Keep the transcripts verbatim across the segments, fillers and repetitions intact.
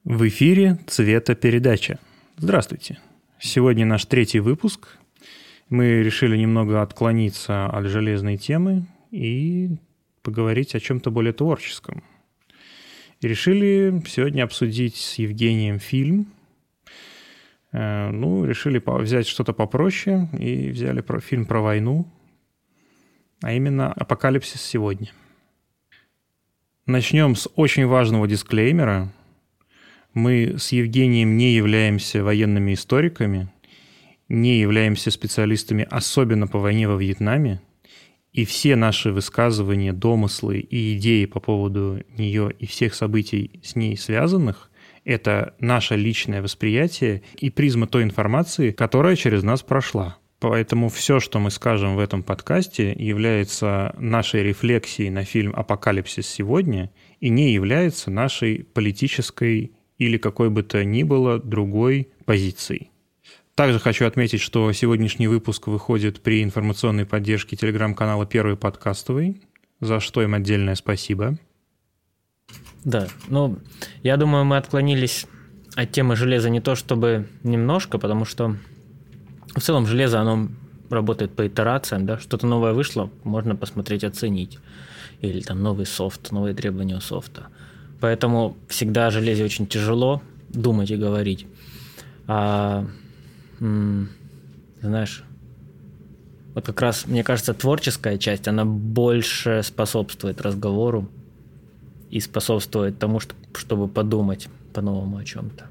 В эфире «Цветопередача». Здравствуйте. Сегодня наш третий выпуск. Мы решили немного отклониться от железной темы и поговорить о чем-то более творческом. И решили сегодня обсудить с Евгением фильм. Ну, решили взять что-то попроще и взяли фильм про войну, а именно «Апокалипсис сегодня». Начнем с очень важного дисклеймера. Мы с Евгением не являемся военными историками, не являемся специалистами особенно по войне во Вьетнаме, и все наши высказывания, домыслы и идеи по поводу нее и всех событий с ней связанных – это наше личное восприятие и призма той информации, которая через нас прошла. Поэтому все, что мы скажем в этом подкасте, является нашей рефлексией на фильм «Апокалипсис сегодня» и не является нашей политической или какой бы то ни было другой позицией. Также хочу отметить, что сегодняшний выпуск выходит при информационной поддержке телеграм-канала «Первый подкастовый», за что им отдельное спасибо. Да, ну, я думаю, мы отклонились от темы железа не то чтобы немножко, потому что в целом железо, оно работает по итерациям, да, что-то новое вышло, можно посмотреть, оценить. Или там новый софт, новые требования у софта. Поэтому всегда о железе очень тяжело думать и говорить. А, м- знаешь, вот как раз, мне кажется, творческая часть, она больше способствует разговору и способствует тому, что, чтобы подумать по-новому о чем-то.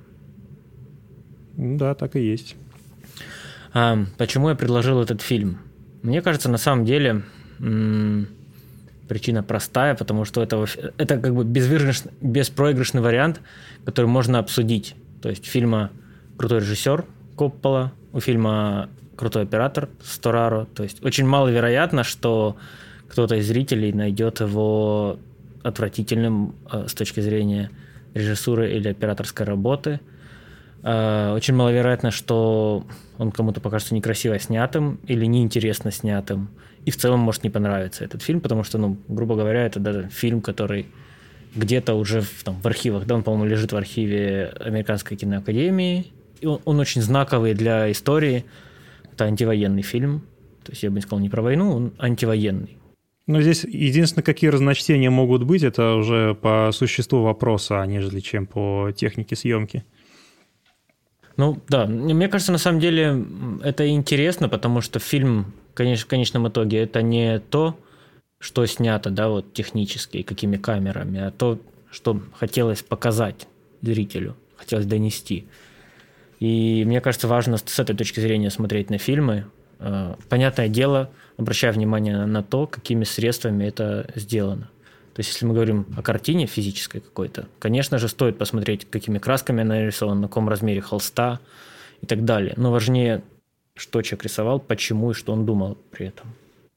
Да, так и есть. А, почему я предложил этот фильм? Мне кажется, на самом деле... М- Причина простая, потому что это, это как бы безвыигрышный, беспроигрышный вариант, который можно обсудить. То есть у фильма крутой режиссер Коппола, у фильма крутой оператор Стораро. То есть очень маловероятно, что кто-то из зрителей найдет его отвратительным с точки зрения режиссуры или операторской работы. Очень маловероятно, что он кому-то покажется некрасиво снятым или неинтересно снятым. И в целом может не понравиться этот фильм, потому что, ну, грубо говоря, это даже фильм, который где-то уже в, там, в архивах, да, он, по-моему, лежит в архиве Американской киноакадемии. И он, он очень знаковый для истории. Это антивоенный фильм. То есть я бы не сказал не про войну, он антивоенный. Но здесь единственное, какие разночтения могут быть, это уже по существу вопроса, нежели чем по технике съемки. Ну, да, мне кажется, на самом деле это интересно, потому что фильм, конечно, в конечном итоге, это не то, что снято, да, вот технически, какими камерами, а то, что хотелось показать зрителю, хотелось донести. И мне кажется, важно с этой точки зрения смотреть на фильмы. Понятное дело, обращая внимание на то, какими средствами это сделано. То есть, если мы говорим о картине физической какой-то, конечно же, стоит посмотреть, какими красками она нарисована, на каком размере холста и так далее. Но важнее, что человек рисовал, почему и что он думал при этом.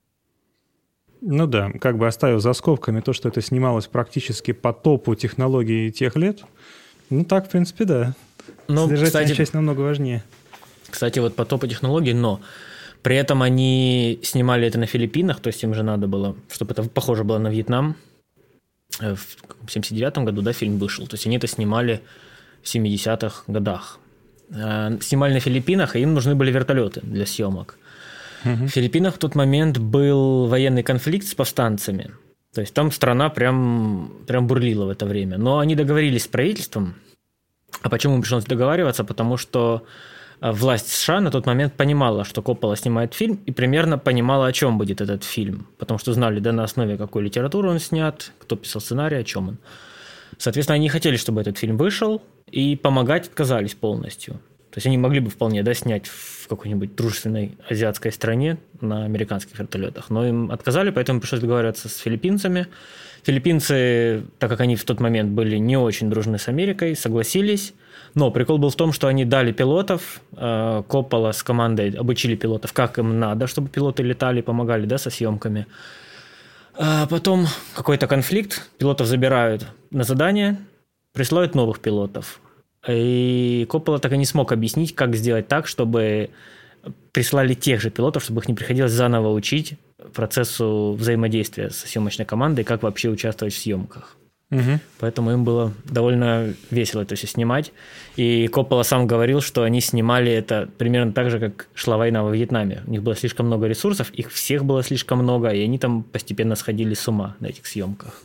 Ну да, как бы оставив за скобками то, что это снималось практически по топу технологий тех лет, ну так, в принципе, да. Но, содержательная кстати, часть намного важнее. Кстати, вот по топу технологий, но при этом они снимали это на Филиппинах, то есть им же надо было, чтобы это похоже было на Вьетнам. В семьдесят девятом году, да, фильм вышел. То есть они это снимали в семидесятых годах. Снимали на Филиппинах, и им нужны были вертолеты для съемок. Uh-huh. В Филиппинах в тот момент был военный конфликт с повстанцами. То есть там страна прям, прям бурлила в это время. Но они договорились с правительством. А почему им пришлось договариваться? Потому что власть США на тот момент понимала, что Коппола снимает фильм, и примерно понимала, о чем будет этот фильм. Потому что знали, да, на основе какой литературы он снят, кто писал сценарий, о чем он. Соответственно, они не хотели, чтобы этот фильм вышел, и помогать отказались полностью. То есть они могли бы вполне, да, снять в какой-нибудь дружественной азиатской стране на американских вертолетах, но им отказали, поэтому пришлось договариваться с филиппинцами. Филиппинцы, так как они в тот момент были не очень дружны с Америкой, согласились. Но прикол был в том, что они дали пилотов, Коппола с командой обучили пилотов, как им надо, чтобы пилоты летали, помогали, да, со съемками. А потом какой-то конфликт, пилотов забирают на задание, присылают новых пилотов. И Коппола так и не смог объяснить, как сделать так, чтобы прислали тех же пилотов, чтобы их не приходилось заново учить процессу взаимодействия со съемочной командой, как вообще участвовать в съемках. Угу. Поэтому им было довольно весело это все снимать. И Коппола сам говорил, что они снимали это примерно так же, как шла война во Вьетнаме. У них было слишком много ресурсов, их всех было слишком много, и они там постепенно сходили с ума на этих съемках.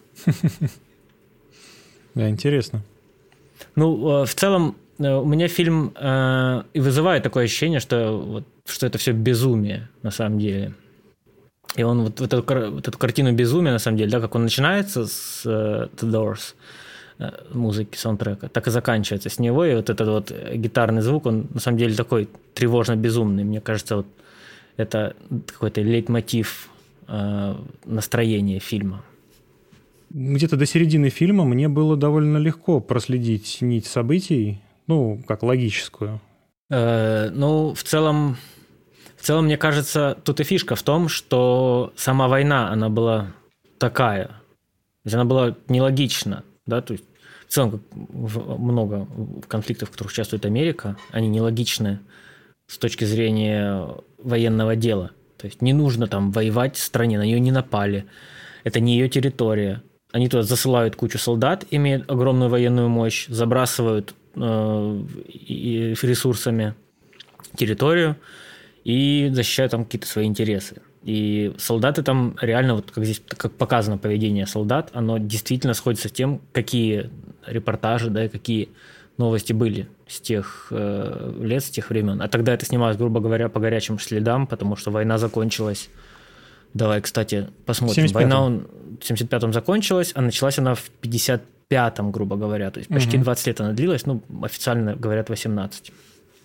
Да, интересно. Ну, в целом, у меня фильм и вызывает такое ощущение, что, вот, что это все безумие на самом деле. И он вот, вот, эту, вот эту картину безумия, на самом деле, да, как он начинается с uh, The Doors, музыки, саундтрека, так и заканчивается с него. И вот этот вот гитарный звук, он на самом деле такой тревожно-безумный. Мне кажется, вот это какой-то лейтмотив э, настроения фильма. Где-то до середины фильма мне было довольно легко проследить нить событий, ну, как логическую. Э, ну, в целом... В целом, мне кажется, тут и фишка в том, что сама война, она была такая. То есть она была нелогична. Да? То есть в целом много конфликтов, в которых участвует Америка, они нелогичны с точки зрения военного дела. То есть не нужно там воевать в стране, на нее не напали. Это не ее территория. Они туда засылают кучу солдат, имеют огромную военную мощь, забрасывают э, ресурсами территорию, и защищают там какие-то свои интересы. И солдаты там реально, вот как здесь как показано поведение солдат, оно действительно сходится с тем, какие репортажи, да, и какие новости были с тех э, лет, с тех времен. А тогда это снималось, грубо говоря, по горячим следам, потому что война закончилась. Давай, кстати, посмотрим. Война он в семьдесят пятом закончилась, а началась она в пятьдесят пятом, грубо говоря. То есть почти угу. двадцать лет она длилась, ну, официально говорят восемнадцать.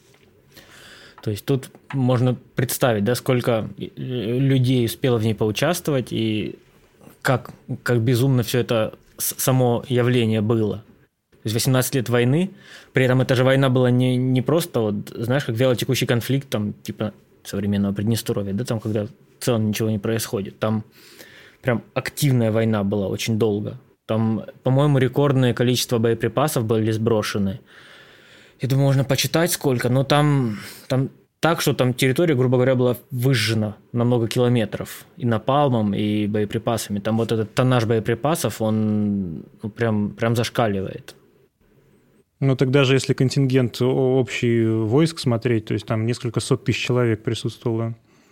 То есть тут можно представить, да, сколько людей успело в ней поучаствовать и как, как безумно все это само явление было. То есть восемнадцать лет войны, при этом эта же война была не, не просто, вот, знаешь, как вялотекущий конфликт, там, типа современного Приднестровья, да, там, когда в целом ничего не происходит. Там прям активная война была очень долго. Там, по-моему, рекордное количество боеприпасов были сброшены. Я думаю, можно почитать сколько, но там, там так, что там территория, грубо говоря, была выжжена на много километров и напалмом, и боеприпасами. Там вот этот тоннаж боеприпасов, он ну, прям, прям зашкаливает. Ну, тогда же, если контингент общий войск смотреть, то есть там несколько сот тысяч человек присутствовало.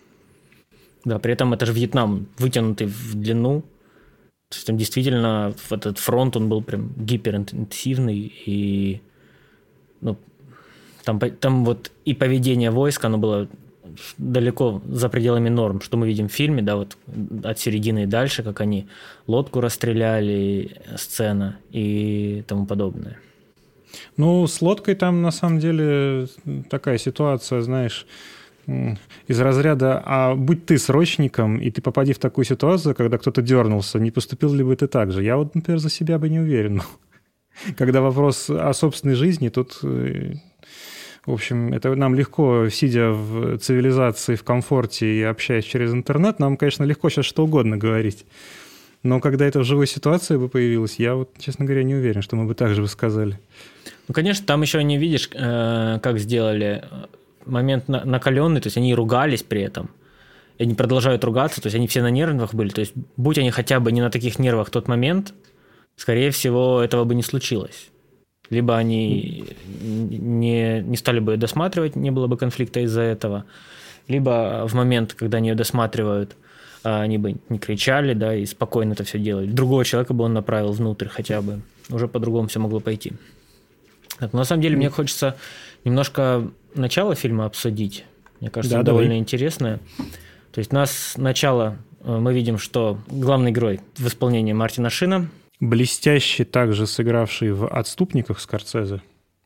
Да, при этом это же Вьетнам, вытянутый в длину. То есть там действительно этот фронт, он был прям гиперинтенсивный, и ну, там, там вот и поведение войск, оно было далеко за пределами норм, что мы видим в фильме, да, вот от середины и дальше, как они лодку расстреляли, сцена и тому подобное. Ну, с лодкой там на самом деле такая ситуация, знаешь, из разряда, а будь ты срочником, и ты попади в такую ситуацию, когда кто-то дернулся, не поступил ли бы ты так же? Я вот, например, за себя бы не уверен. Когда вопрос о собственной жизни, тут, в общем, это нам легко, сидя в цивилизации, в комфорте и общаясь через интернет, нам, конечно, легко сейчас что угодно говорить. Но когда это в живой ситуации бы появилось, я вот, честно говоря, не уверен, что мы бы так же бы сказали. Ну, конечно, там еще не видишь, как сделали момент накаленный, то есть они ругались при этом, и они продолжают ругаться, то есть они все на нервах были, то есть будь они хотя бы не на таких нервах в тот момент, скорее всего, этого бы не случилось. Либо они не, не стали бы ее досматривать, не было бы конфликта из-за этого, либо в момент, когда они ее досматривают, они бы не кричали, да, и спокойно это все делали. Другого человека бы он направил внутрь хотя бы. Уже по-другому все могло пойти. Так, но на самом деле мне хочется немножко начало фильма обсудить. Мне кажется, да, довольно давай. Интересное. То есть у нас начало, мы видим, что главный герой в исполнении Мартина Шина. Блестяще также сыгравший в «Отступниках» Скорсезе.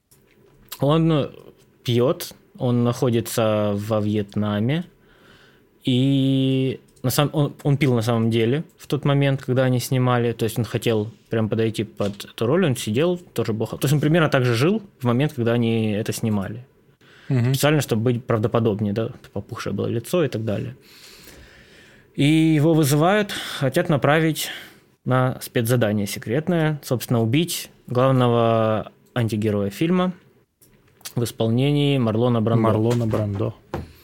Он пьет, он находится во Вьетнаме, и на самом, он, он пил на самом деле в тот момент, когда они снимали, то есть он хотел прям подойти под эту роль, он сидел, тоже бухал. То есть он примерно так же жил в момент, когда они это снимали. Угу. Специально, чтобы быть правдоподобнее, да, попухшее было лицо и так далее. И его вызывают, хотят направить на спецзадание секретное, собственно, убить главного антигероя фильма в исполнении Марлона Брандо. Марлона Брандо.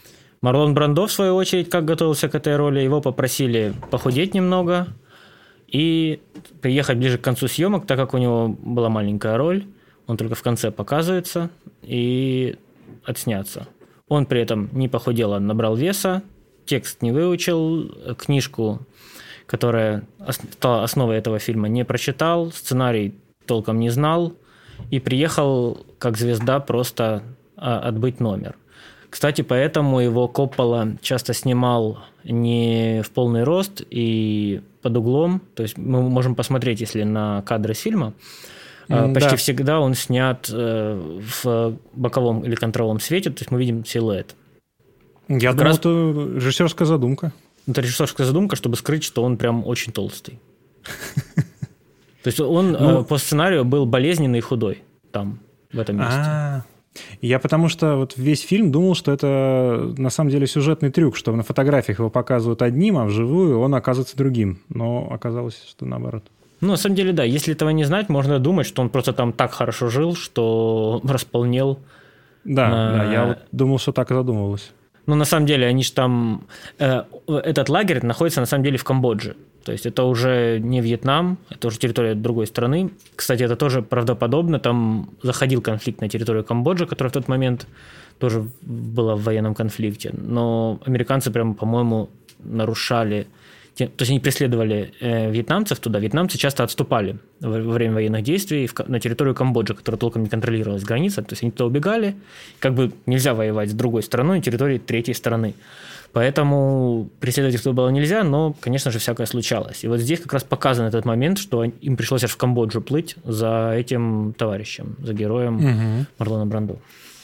Марлон Брандо, в свою очередь, как готовился к этой роли, его попросили похудеть немного и приехать ближе к концу съемок, так как у него была маленькая роль, он только в конце показывается, и отсняться. Он при этом не похудел, а набрал веса, текст не выучил, книжку, которая стала основой этого фильма, не прочитал, сценарий толком не знал, и приехал как звезда просто отбыть номер. Кстати, поэтому его Коппола часто снимал не в полный рост и под углом. То есть мы можем посмотреть, если на кадры с фильма, mm, почти да. всегда он снят в боковом или контровом свете, то есть мы видим силуэт. Я как думал, раз... это режиссерская задумка. Это режиссерская задумка, чтобы скрыть, что он прям очень толстый. То есть он по сценарию был болезненный и худой там, в этом месте. Я потому что вот весь фильм думал, что это на самом деле сюжетный трюк, что на фотографиях его показывают одним, а вживую он оказывается другим. Но оказалось, что наоборот. Ну, на самом деле, да. Если этого не знать, можно думать, что он просто там так хорошо жил, что располнел. Да, на... да, я вот думал, что так и задумывалось. Ну, на самом деле, они же там... Э, этот лагерь находится, на самом деле, в Камбодже. То есть это уже не Вьетнам, это уже территория другой страны. Кстати, это тоже правдоподобно. Там заходил конфликт на территорию Камбоджи, которая в тот момент тоже была в военном конфликте. Но американцы прям, по-моему, нарушали... То есть они преследовали э, вьетнамцев туда. Вьетнамцы часто отступали во время военных действий в, на территорию Камбоджи, которая толком не контролировалась граница. То есть они туда убегали. Как бы нельзя воевать с другой страной на территории третьей страны. Поэтому преследовать их туда было нельзя, но, конечно же, всякое случалось. И вот здесь как раз показан этот момент, что им пришлось аж в Камбоджу плыть за этим товарищем, за героем угу. Марлона Брандо.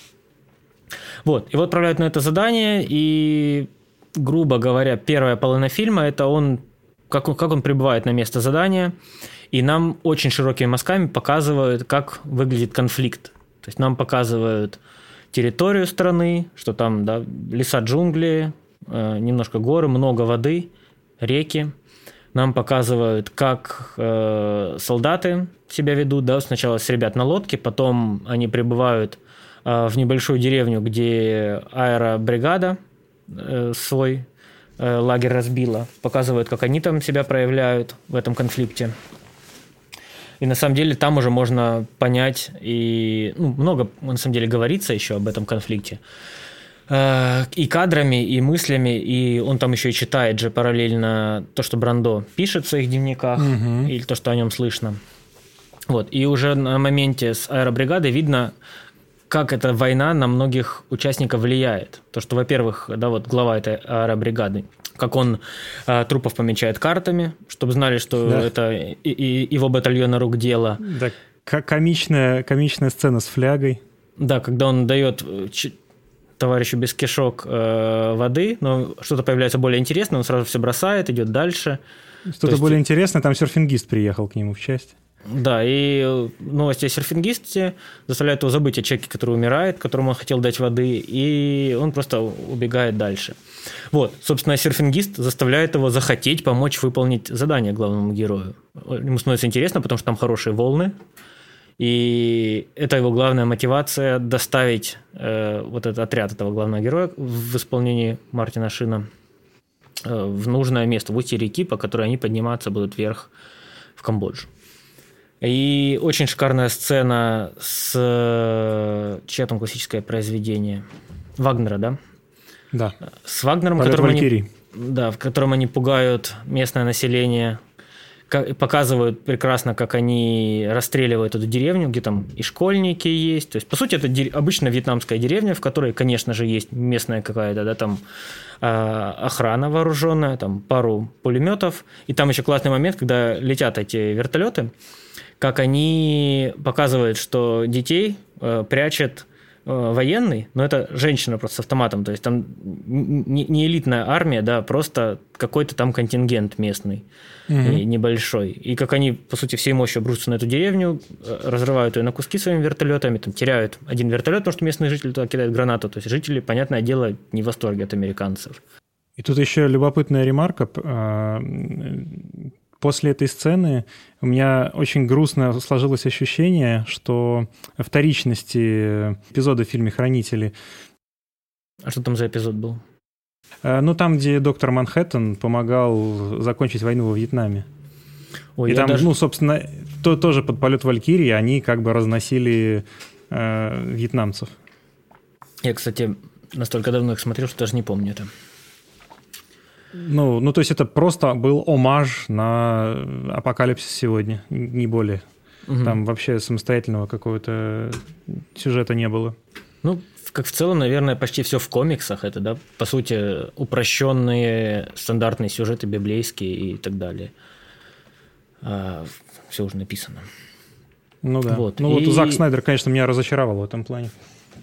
Вот. Его отправляют на это задание, и, грубо говоря, первая половина фильма – это он, как он, как он прибывает на место задания, и нам очень широкими мазками показывают, как выглядит конфликт. То есть нам показывают территорию страны, что там да, леса, джунгли, немножко горы, много воды, реки. Нам показывают, как э, солдаты себя ведут. Да? Сначала с ребят на лодке, потом они прибывают э, в небольшую деревню, где аэробригада э, свой э, лагерь разбила. Показывают, как они там себя проявляют в этом конфликте. И на самом деле там уже можно понять, и ну, много на самом деле говорится еще об этом конфликте. И кадрами, и мыслями, и он там еще и читает же параллельно то, что Брандо пишет в своих дневниках, угу. или то, что о нем слышно. Вот. И уже на моменте с аэробригадой видно, как эта война на многих участников влияет. То, что, во-первых, да, вот глава этой аэробригады, как он а, трупов помечает картами, чтобы знали, что да. это и, и его батальона рук дело. Да, комичная, комичная сцена с флягой. Да, когда он дает товарищу без кишок э, воды, но что-то появляется более интересное, он сразу все бросает, идет дальше. Что-то есть... более интересное, там серфингист приехал к нему в часть. Да, и новости о серфингисте заставляют его забыть о человеке, который умирает, которому он хотел дать воды, и он просто убегает дальше. Вот, собственно, серфингист заставляет его захотеть помочь выполнить задание главному герою. Ему становится интересно, потому что там хорошие волны, и это его главная мотивация доставить э, вот этот отряд этого главного героя в исполнении Мартина Шина э, в нужное место, в устье реки, по которой они подниматься будут вверх в Камбоджу. И очень шикарная сцена с... Чье там классическое произведение? Вагнера, да? Да. С Вагнером, которым они, да, в котором они пугают местное население, показывают прекрасно, как они расстреливают эту деревню, где там и школьники есть. То есть, по сути, это обычная вьетнамская деревня, в которой, конечно же, есть местная какая-то, да, там охрана вооруженная, там пару пулеметов. И там еще классный момент, когда летят эти вертолеты, как они показывают, что детей прячет военный, но это женщина просто с автоматом, то есть там не элитная армия, да, просто какой-то там контингент местный, угу. небольшой. И как они, по сути, всей мощью обрушатся на эту деревню, разрывают ее на куски своими вертолетами, там, теряют один вертолет, потому что местные жители туда кидают гранату. То есть жители, понятное дело, не в восторге от американцев. И тут еще любопытная ремарка. После этой сцены у меня очень грустно сложилось ощущение, что вторичности эпизода в фильме «Хранители». А что там за эпизод был? Ну, там, где доктор Манхэттен помогал закончить войну во Вьетнаме. Ой, и там, даже... ну, собственно, то, тоже под полет Валькирии они как бы разносили э, вьетнамцев. Я, кстати, настолько давно их смотрел, что даже не помню это. Ну, ну, то есть это просто был омаж на «Апокалипсис сегодня», не более. Угу. Там вообще самостоятельного какого-то сюжета не было. Ну, как в целом, наверное, почти все в комиксах. Это, да, по сути, упрощенные стандартные сюжеты библейские и так далее. А, все уже написано. Ну да. Вот. Ну и... вот Зак Снайдер, конечно, меня разочаровал в этом плане.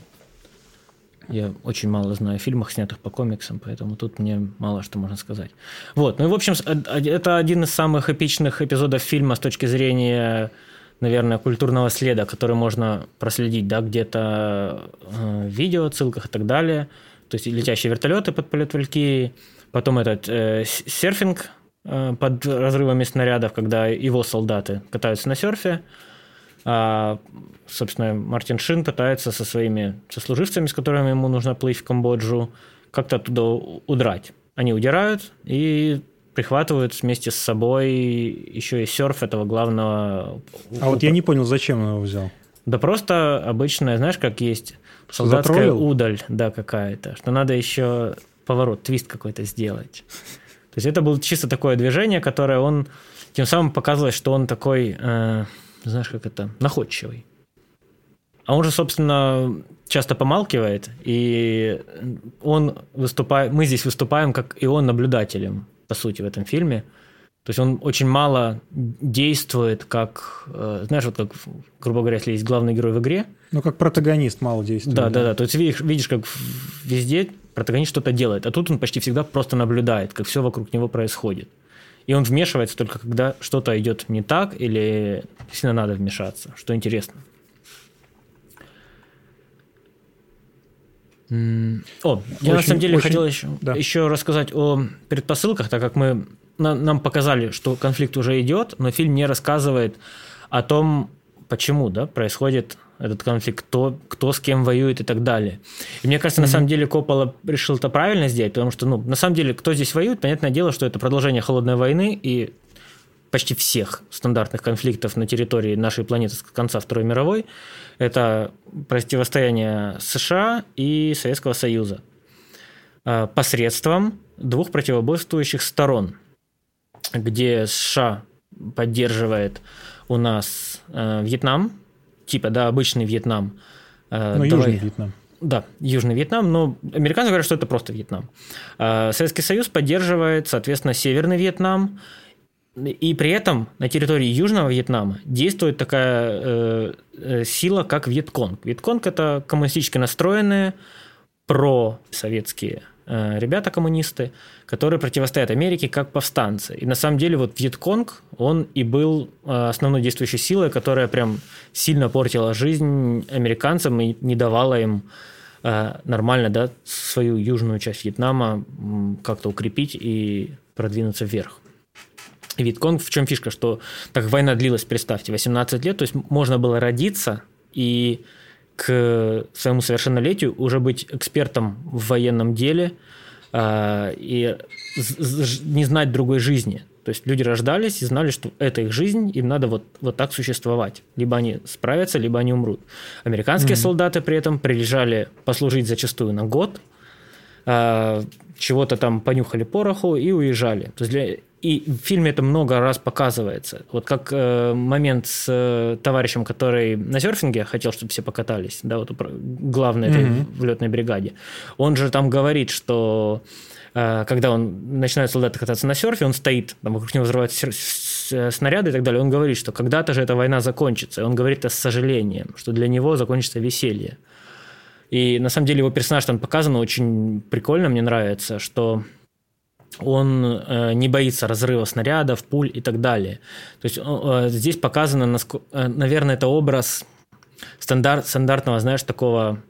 Я очень мало знаю о фильмах, снятых по комиксам, поэтому тут мне мало что можно сказать. Вот. Ну и, в общем, это один из самых эпичных эпизодов фильма с точки зрения, наверное, культурного следа, который можно проследить, да, где-то в видео, отсылках и так далее. То есть летящие вертолеты под полет Валькирии, потом этот э, серфинг э, под разрывами снарядов, когда его солдаты катаются на серфе. А, собственно, Мартин Шин пытается со своими сослуживцами, с которыми ему нужно плыть в Камбоджу, как-то оттуда удрать. Они удирают и прихватывают вместе с собой еще и серф этого главного... А вот я не понял, зачем он его взял? Да просто обычная, знаешь, как есть солдатская Затроллил? удаль, да, какая-то, что надо еще поворот, твист какой-то сделать. То есть это было чисто такое движение, которое он... Тем самым показывает, что он такой... Э, знаешь, как это, находчивый. А он же, собственно, часто помалкивает, и он выступает, мы здесь выступаем, как и он, наблюдателем, по сути, в этом фильме. То есть он очень мало действует, как, знаешь, вот как, грубо говоря, если есть главный герой в игре. Ну, как протагонист мало действует. Да, да, да. То есть видишь, видишь, как везде протагонист что-то делает, а тут он почти всегда просто наблюдает, как все вокруг него происходит. И он вмешивается только когда что-то идет не так или сильно надо вмешаться, что интересно. О, я очень, на самом деле очень, хотел еще, да. еще рассказать о предпосылках, так как мы, нам показали, что конфликт уже идет, но фильм не рассказывает о том, почему, да, происходит этот конфликт, кто, кто с кем воюет и так далее. И мне кажется, mm-hmm. на самом деле Коппола решил это правильно сделать, потому что, ну, на самом деле, кто здесь воюет, понятное дело, что это продолжение холодной войны и почти всех стандартных конфликтов на территории нашей планеты с конца Второй мировой. Это противостояние США и Советского Союза посредством двух противоборствующих сторон, где США поддерживает у нас Вьетнам, типа, да, обычный Вьетнам. Ну, Южный Вьетнам. Да, Южный Вьетнам, но американцы говорят, что это просто Вьетнам. Советский Союз поддерживает, соответственно, Северный Вьетнам, и при этом на территории Южного Вьетнама действует такая э, э, сила, как Вьетконг. Вьетконг – это коммунистически настроенные, просоветские э, ребята-коммунисты, которые противостоят Америке как повстанцы. И на самом деле вот Вьетконг, он и был э, основной действующей силой, которая прям сильно портила жизнь американцам и не давала им э, нормально, да, свою южную часть Вьетнама как-то укрепить и продвинуться вверх. Вьетконг, в чем фишка, что так как война длилась, представьте, восемнадцать лет, то есть можно было родиться и к своему совершеннолетию уже быть экспертом в военном деле э, и не знать другой жизни. То есть люди рождались и знали, что это их жизнь, им надо вот, вот так существовать. Либо они справятся, либо они умрут. Американские mm-hmm. солдаты при этом приезжали послужить зачастую на год, э, чего-то там понюхали пороху и уезжали. То есть для... И в фильме это много раз показывается. Вот как э, момент с э, товарищем, который на серфинге хотел, чтобы все покатались, да, вот главный mm-hmm. в летной бригаде. Он же там говорит, что э, когда он начинает солдаты кататься на серфе, он стоит, там вокруг него взрываются снаряды и так далее. Он говорит, что когда-то же эта война закончится. И он говорит это с сожалением, что для него закончится веселье. И на самом деле его персонаж там показан очень прикольно, мне нравится, что он э, не боится разрыва снарядов, пуль и так далее. То есть э, здесь показано, насколько, э, наверное, это образ стандарт, стандартного, знаешь, такого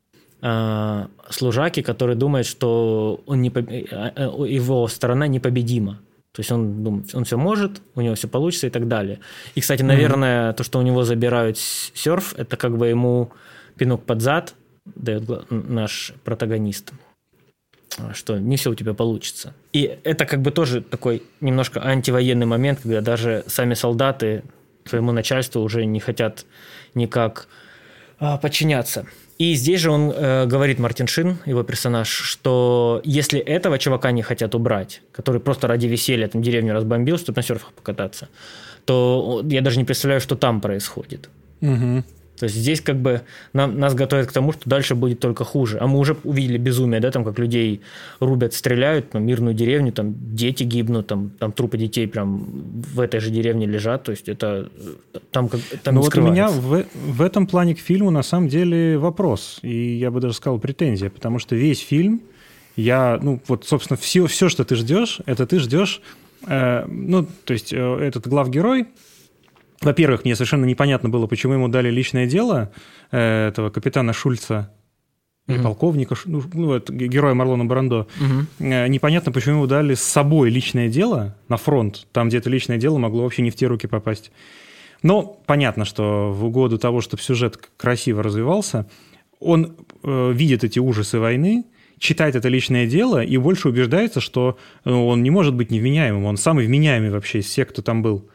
э, служаки, который думает, что он не, э, его сторона непобедима. То есть он думает, он все может, у него все получится и так далее. И, кстати, наверное, mm-hmm. то, что у него забирают серф, это как бы ему пинок под зад дает наш протагонист. что не все у тебя получится. И это как бы тоже такой немножко антивоенный момент, когда даже сами солдаты своему начальству уже не хотят никак а, подчиняться. И здесь же он э, говорит, Мартин Шин, его персонаж, что если этого чувака не хотят убрать, который просто ради веселья там деревню разбомбил, чтобы на серфах покататься, то я даже не представляю, что там происходит. Угу. То есть здесь как бы нам, нас готовят к тому, что дальше будет только хуже. А мы уже увидели безумие, да, там как людей рубят, стреляют, там, мирную деревню, там дети гибнут, там, там трупы детей прям в этой же деревне лежат. То есть это там, как, там Но не вот у меня скрывается. в, в этом плане к фильму на самом деле вопрос. И я бы даже сказал претензия, потому что весь фильм, я, ну вот, собственно, все, все что ты ждешь, это ты ждешь, э, ну, то есть э, этот главгерой. Во-первых, мне совершенно непонятно было, почему ему дали личное дело э, этого капитана Шульца, или mm-hmm. полковника, ну, ну, это героя Марлона Брандо. Mm-hmm. Э, непонятно, почему ему дали с собой личное дело на фронт, там, где это личное дело могло вообще не в те руки попасть. Но понятно, что в угоду того, чтобы сюжет красиво развивался, он э, видит эти ужасы войны, читает это личное дело и больше убеждается, что ну, он не может быть невменяемым, он самый вменяемый вообще из всех, кто там был.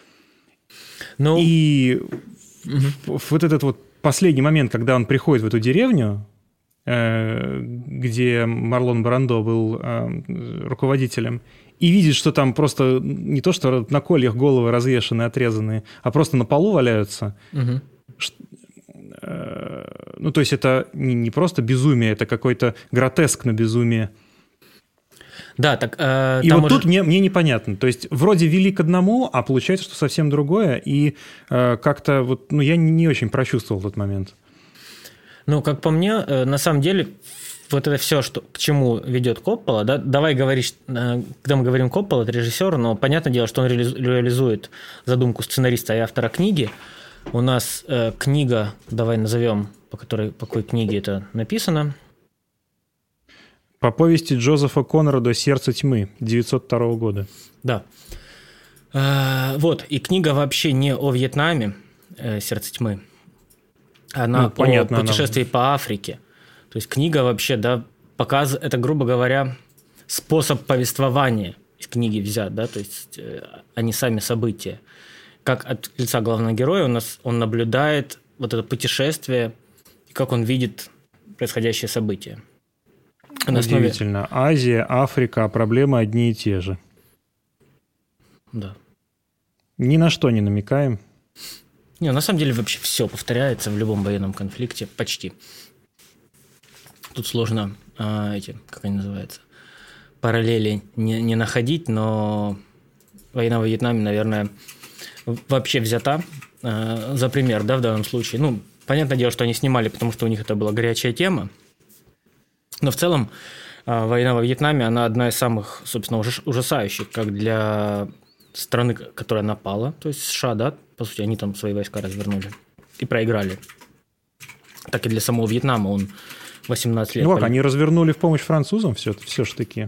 Ну, и угу. вот этот вот последний момент, когда он приходит в эту деревню, э, где Марлон Брандо был э, руководителем, и видит, что там просто не то, что на кольях головы развешаны, отрезанные, а просто на полу валяются. Угу. Ш- э, ну, то есть это не, не просто безумие, это какой-то гротеск на безумие. Да, так, э, и вот уже... тут мне, мне непонятно. То есть вроде вели к одному, а получается, что совсем другое. И э, как-то вот, ну, я не, не очень прочувствовал тот момент. Ну, как по мне, э, на самом деле, вот это все, что, к чему ведет Коппола, да, давай говорить, э, когда мы говорим Коппола, это режиссер, но понятное дело, что он реализует задумку сценариста и автора книги. У нас э, книга, давай назовем, по которой, по какой книге это написано. По повести Джозефа Конрада «Сердце тьмы» девятьсот второго года. Да. А, вот, и книга вообще не о Вьетнаме, «Сердце тьмы». Она ну, по понятно, путешествии она... по Африке. То есть книга вообще, да, показывает, это, грубо говоря, способ повествования из книги взят, да, то есть они сами события. Как от лица главного героя у нас он наблюдает вот это путешествие, и как он видит происходящее событие. Удивительно. Основе... Азия, Африка, а проблемы одни и те же. Да. Ни на что не намекаем. Не, на самом деле вообще все повторяется в любом военном конфликте, почти. Тут сложно а, эти, как они называются, параллели не, не находить, но война во Вьетнаме, наверное, вообще взята а, за пример, да, в данном случае. Ну, понятное дело, что они снимали, потому что у них это была горячая тема. Но в целом война во Вьетнаме, она одна из самых, собственно, ужасающих, как для страны, которая напала, то есть США, да, по сути, они там свои войска развернули и проиграли. Так и для самого Вьетнама он восемнадцать лет... Ну, как, они развернули в помощь французам все, все ж таки?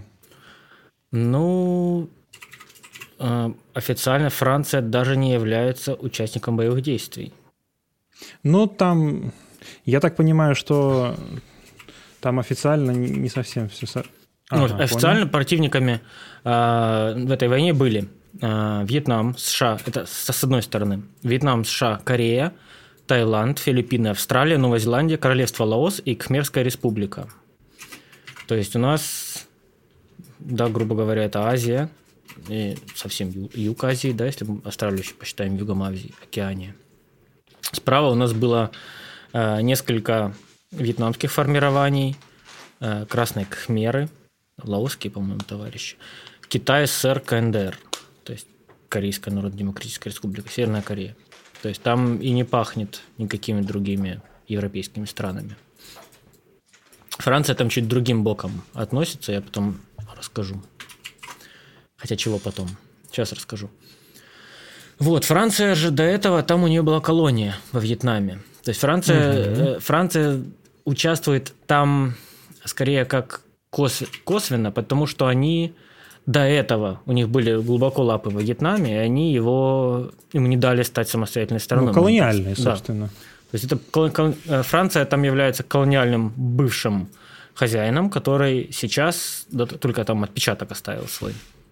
Ну, официально Франция даже не является участником боевых действий. Ну, там, я так понимаю, что... Там официально не совсем все... Ага, ну, официально понял. Противниками э, в этой войне были э, Вьетнам, США, это с одной стороны, Вьетнам, США, Корея, Таиланд, Филиппины, Австралия, Новая Зеландия, Королевство Лаос и Кхмерская республика. То есть у нас, да, грубо говоря, это Азия, и совсем юг Азии, да, если мы Австралию еще посчитаем югом Азии, Океания. Справа у нас было э, несколько... вьетнамских формирований, Красные Кхмеры, лаосские, по-моему, товарищи, Китай, СССР, КНДР, то есть Корейская Народно-Демократическая Республика, Северная Корея. То есть там и не пахнет никакими другими европейскими странами. Франция там чуть другим боком относится, я потом расскажу. Хотя чего потом? Сейчас расскажу. Вот, Франция же до этого, там у нее была колония во Вьетнаме. То есть Франция, угу. Франция участвует там скорее как кос- косвенно, потому что они до этого, у них были глубоко лапы во Вьетнаме, и они его, им не дали стать самостоятельной страной. Ну, колониальной, собственно. Да. То есть это, Франция там является колониальным бывшим хозяином, который сейчас да, только там отпечаток оставил свой.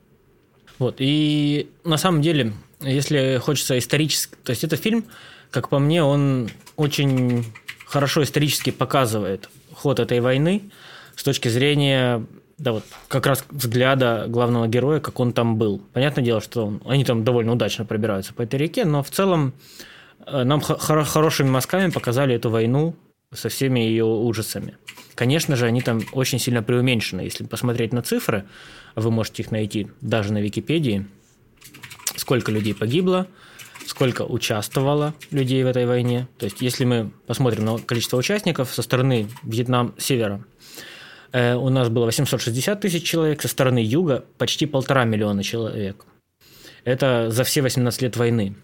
Вот. И на самом деле, если хочется исторически... То есть, это фильм, как по мне, он очень хорошо исторически показывает ход этой войны с точки зрения, да, вот, как раз взгляда главного героя, как он там был. Понятное дело, что он, они там довольно удачно пробираются по этой реке, но в целом нам хор- хорошими мазками показали эту войну со всеми ее ужасами. Конечно же, они там очень сильно преуменьшены. Если посмотреть на цифры, вы можете их найти даже на Википедии, сколько людей погибло, сколько участвовало людей в этой войне. То есть, если мы посмотрим на количество участников со стороны Вьетнам севера, э, у нас было восемьсот шестьдесят тысяч человек, со стороны юга почти полтора миллиона человек. Это за все восемнадцать лет войны.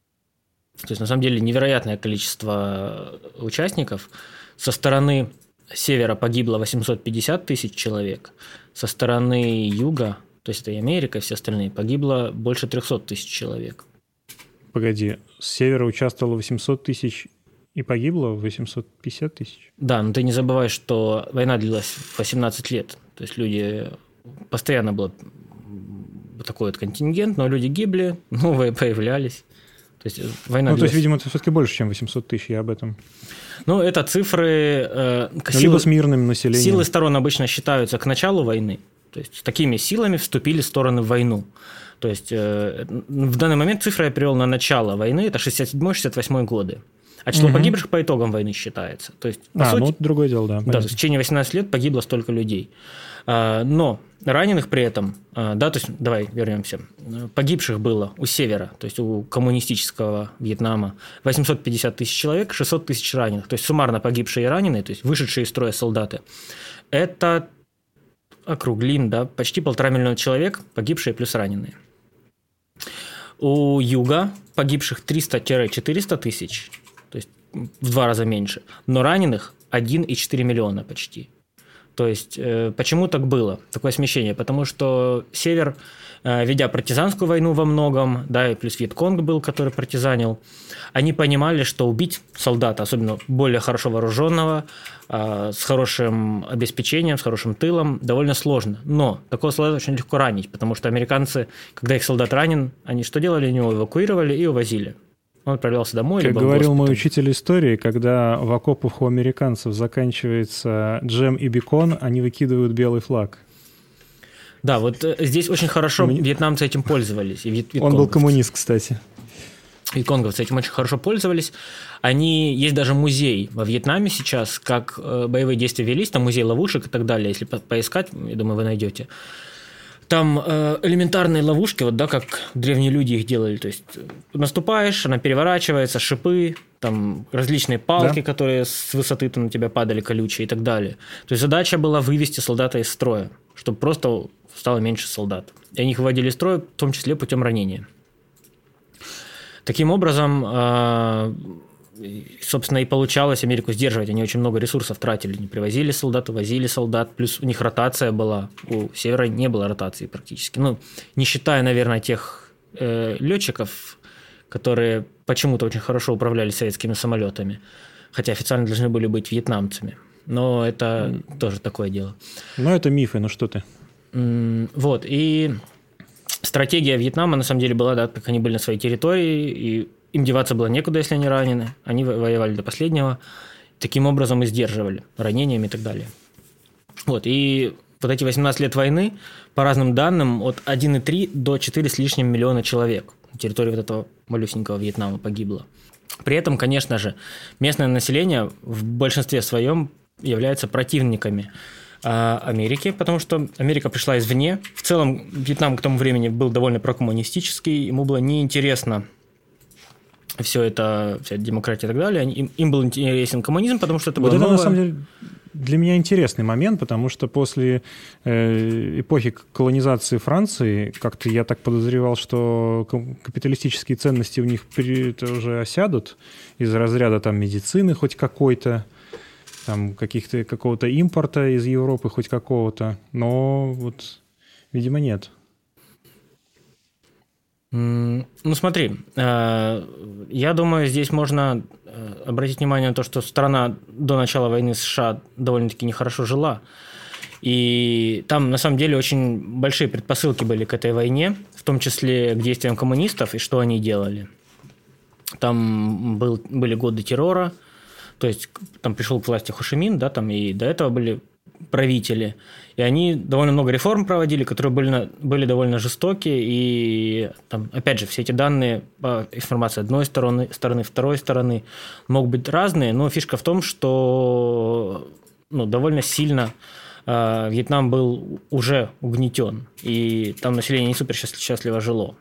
То есть, на самом деле, невероятное количество участников. Со стороны севера погибло восемьсот пятьдесят тысяч человек, со стороны юга, то есть это и Америка, и все остальные, погибло больше триста тысяч человек. Погоди, с севера участвовало восемьсот тысяч и погибло восемьсот пятьдесят тысяч? Да, но ты не забывай, что война длилась восемнадцать лет. То есть люди... Постоянно был такой вот контингент, но люди гибли, новые появлялись. То есть война ну, длилась... то есть, видимо, это все-таки больше, чем восемьсот тысяч, я об этом. Ну, это цифры... Э, силы, либо с мирным населением. Силы сторон обычно считаются к началу войны. То есть, с такими силами вступили стороны в войну. То есть, э, в данный момент цифры я привел на начало войны, это шестьдесят седьмой - шестьдесят восьмой годы. А число угу. погибших по итогам войны считается. То есть, по а, сути, ну, другое дело, да. Да, то есть, в течение восемнадцати лет погибло столько людей. Но раненых при этом, да, то есть, давай вернемся, погибших было у севера, то есть у коммунистического Вьетнама восемьсот пятьдесят тысяч человек, шестьсот тысяч раненых, то есть суммарно погибшие и раненые, то есть вышедшие из строя солдаты. Это округлим, да, почти полтора миллиона человек, погибшие плюс раненые. У юга погибших триста-четыреста тысяч, то есть в два раза меньше, но раненых один и четыре миллиона почти. То есть, э, почему так было, такое смещение? Потому что Север, э, ведя партизанскую войну во многом, да, и плюс Вьетконг был, который партизанил, они понимали, что убить солдата, особенно более хорошо вооруженного, э, с хорошим обеспечением, с хорошим тылом, довольно сложно. Но такого солдата очень легко ранить, потому что американцы, когда их солдат ранен, они что делали? Они его эвакуировали и увозили. Он отправлялся домой. Как либо говорил мой учитель истории, когда в окопах у американцев заканчивается джем и бекон, они выкидывают белый флаг. Да, вот здесь очень хорошо Коммуни... вьетнамцы этим пользовались. И вьет... Он был коммунист, кстати. Вьетконговцы этим очень хорошо пользовались. Они... Есть даже музей во Вьетнаме сейчас, как боевые действия велись, там музей ловушек и так далее. Если поискать, я думаю, вы найдете. Там э, элементарные ловушки, вот, да, как древние люди их делали. То есть наступаешь, она переворачивается, шипы, там различные палки, да, которые с высоты на тебя падали, колючие и так далее. То есть задача была вывести солдата из строя, чтобы просто стало меньше солдат. И они их выводили из строя, в том числе путем ранения. Таким образом, э, собственно, и получалось Америку сдерживать. Они очень много ресурсов тратили. Они привозили солдат, возили солдат. Плюс у них ротация была. У Севера не было ротации практически. Ну, не считая, наверное, тех э, летчиков, которые почему-то очень хорошо управляли советскими самолетами. Хотя официально должны были быть вьетнамцами. Но это mm. тоже такое дело. Ну, это мифы, ну что ты. Mm, вот. И стратегия Вьетнама, на самом деле, была, да, как они были на своей территории, и им деваться было некуда, если они ранены. Они воевали до последнего. Таким образом и сдерживали ранениями и так далее. Вот. И вот эти восемнадцать лет войны, по разным данным, от одного целых три десятых до четырёх с лишним миллиона человек на территории вот этого малюсенького Вьетнама погибло. При этом, конечно же, местное население в большинстве своем является противниками Америки, потому что Америка пришла извне. В целом, Вьетнам к тому времени был довольно прокоммунистический, ему было неинтересно все это, вся демократия и так далее. Им, им был интересен коммунизм, потому что это было вот новое. Это, на самом деле, для меня интересный момент, потому что после э, эпохи колонизации Франции, как-то я так подозревал, что капиталистические ценности у них уже осядут из разряда там медицины хоть какой-то, там каких-то, какого-то импорта из Европы хоть какого-то, но вот, видимо, нет. Ну, смотри, я думаю, здесь можно обратить внимание на то, что страна до начала войны США довольно-таки нехорошо жила. И там, на самом деле, очень большие предпосылки были к этой войне, в том числе к действиям коммунистов и что они делали. Там был, были годы террора, то есть там пришел к власти Хо Чи Мин, да, там и до этого были правители, и они довольно много реформ проводили, которые были, были довольно жестокие, и там, опять же, все эти данные, информация одной стороны, стороны, второй стороны могут быть разные, но фишка в том, что ну, довольно сильно э, Вьетнам был уже угнетен, и там население не супер счастливо жило.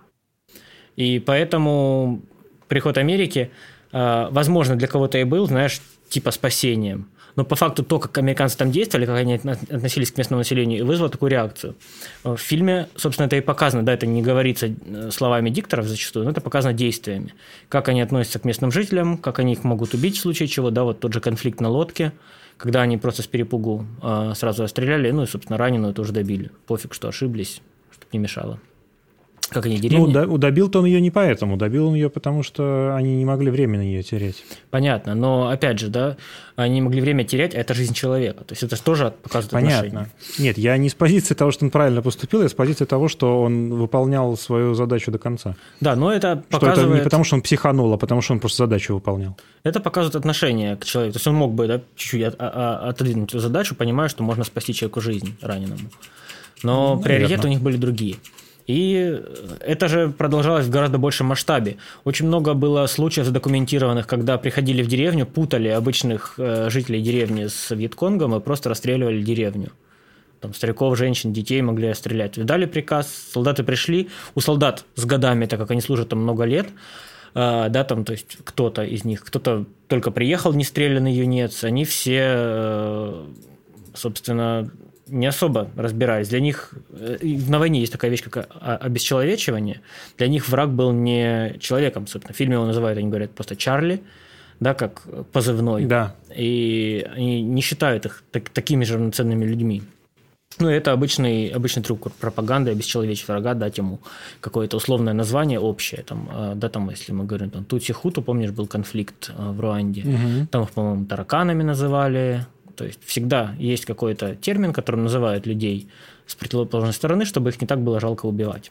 И поэтому приход Америки, э, возможно, для кого-то и был, знаешь, типа спасением. Но по факту то, как американцы там действовали, как они относились к местному населению, вызвало такую реакцию. В фильме, собственно, это и показано. Да, это не говорится словами дикторов зачастую, но это показано действиями. Как они относятся к местным жителям, как они их могут убить в случае чего. Да, вот тот же конфликт на лодке, когда они просто с перепугу сразу расстреляли, ну и, собственно, раненую тоже добили. Пофиг, что ошиблись, чтобы не мешало. Как они деревни? Ну, добил-то он ее не поэтому. Добил он ее, потому что они не могли временно ее терять. Понятно, но опять же, да, они не могли время терять, а это жизнь человека. То есть это тоже показывает Понятно. отношение. Нет, я не с позиции того, что он правильно поступил, я с позиции того, что он выполнял свою задачу до конца. Да, но это что показывает... это не потому, что он психанул, а потому, что он просто задачу выполнял. Это показывает отношение к человеку. То есть он мог бы, да, чуть-чуть от, от, отодвинуть эту задачу, понимая, что можно спасти человеку жизнь раненому. Но ну, приоритеты у них были другие. И это же продолжалось в гораздо большем масштабе. Очень много было случаев задокументированных, когда приходили в деревню, путали обычных э, жителей деревни с Вьетконгом и просто расстреливали деревню. Там стариков, женщин, детей могли расстрелять. Дали приказ, солдаты пришли. У солдат с годами, так как они служат там много лет, э, да, там, то есть кто-то из них, кто-то только приехал, не стрелянный юнец, они все, э, собственно... не особо разбирались. Для них на войне есть такая вещь, как обесчеловечивание. Для них враг был не человеком, собственно. В фильме его называют, они говорят, просто Чарли, да, как позывной. Да. И они не считают их так, такими же равноценными людьми. Ну, это обычный, обычный трюк пропаганды, обесчеловечить врага, дать ему какое-то условное название общее. Там, да, там, если мы говорим, там, Тутси-Хуту, помнишь, был конфликт в Руанде. Угу. Там их, по-моему, тараканами называли. То есть всегда есть какой-то термин, которым называют людей с противоположной стороны, чтобы их не так было жалко убивать,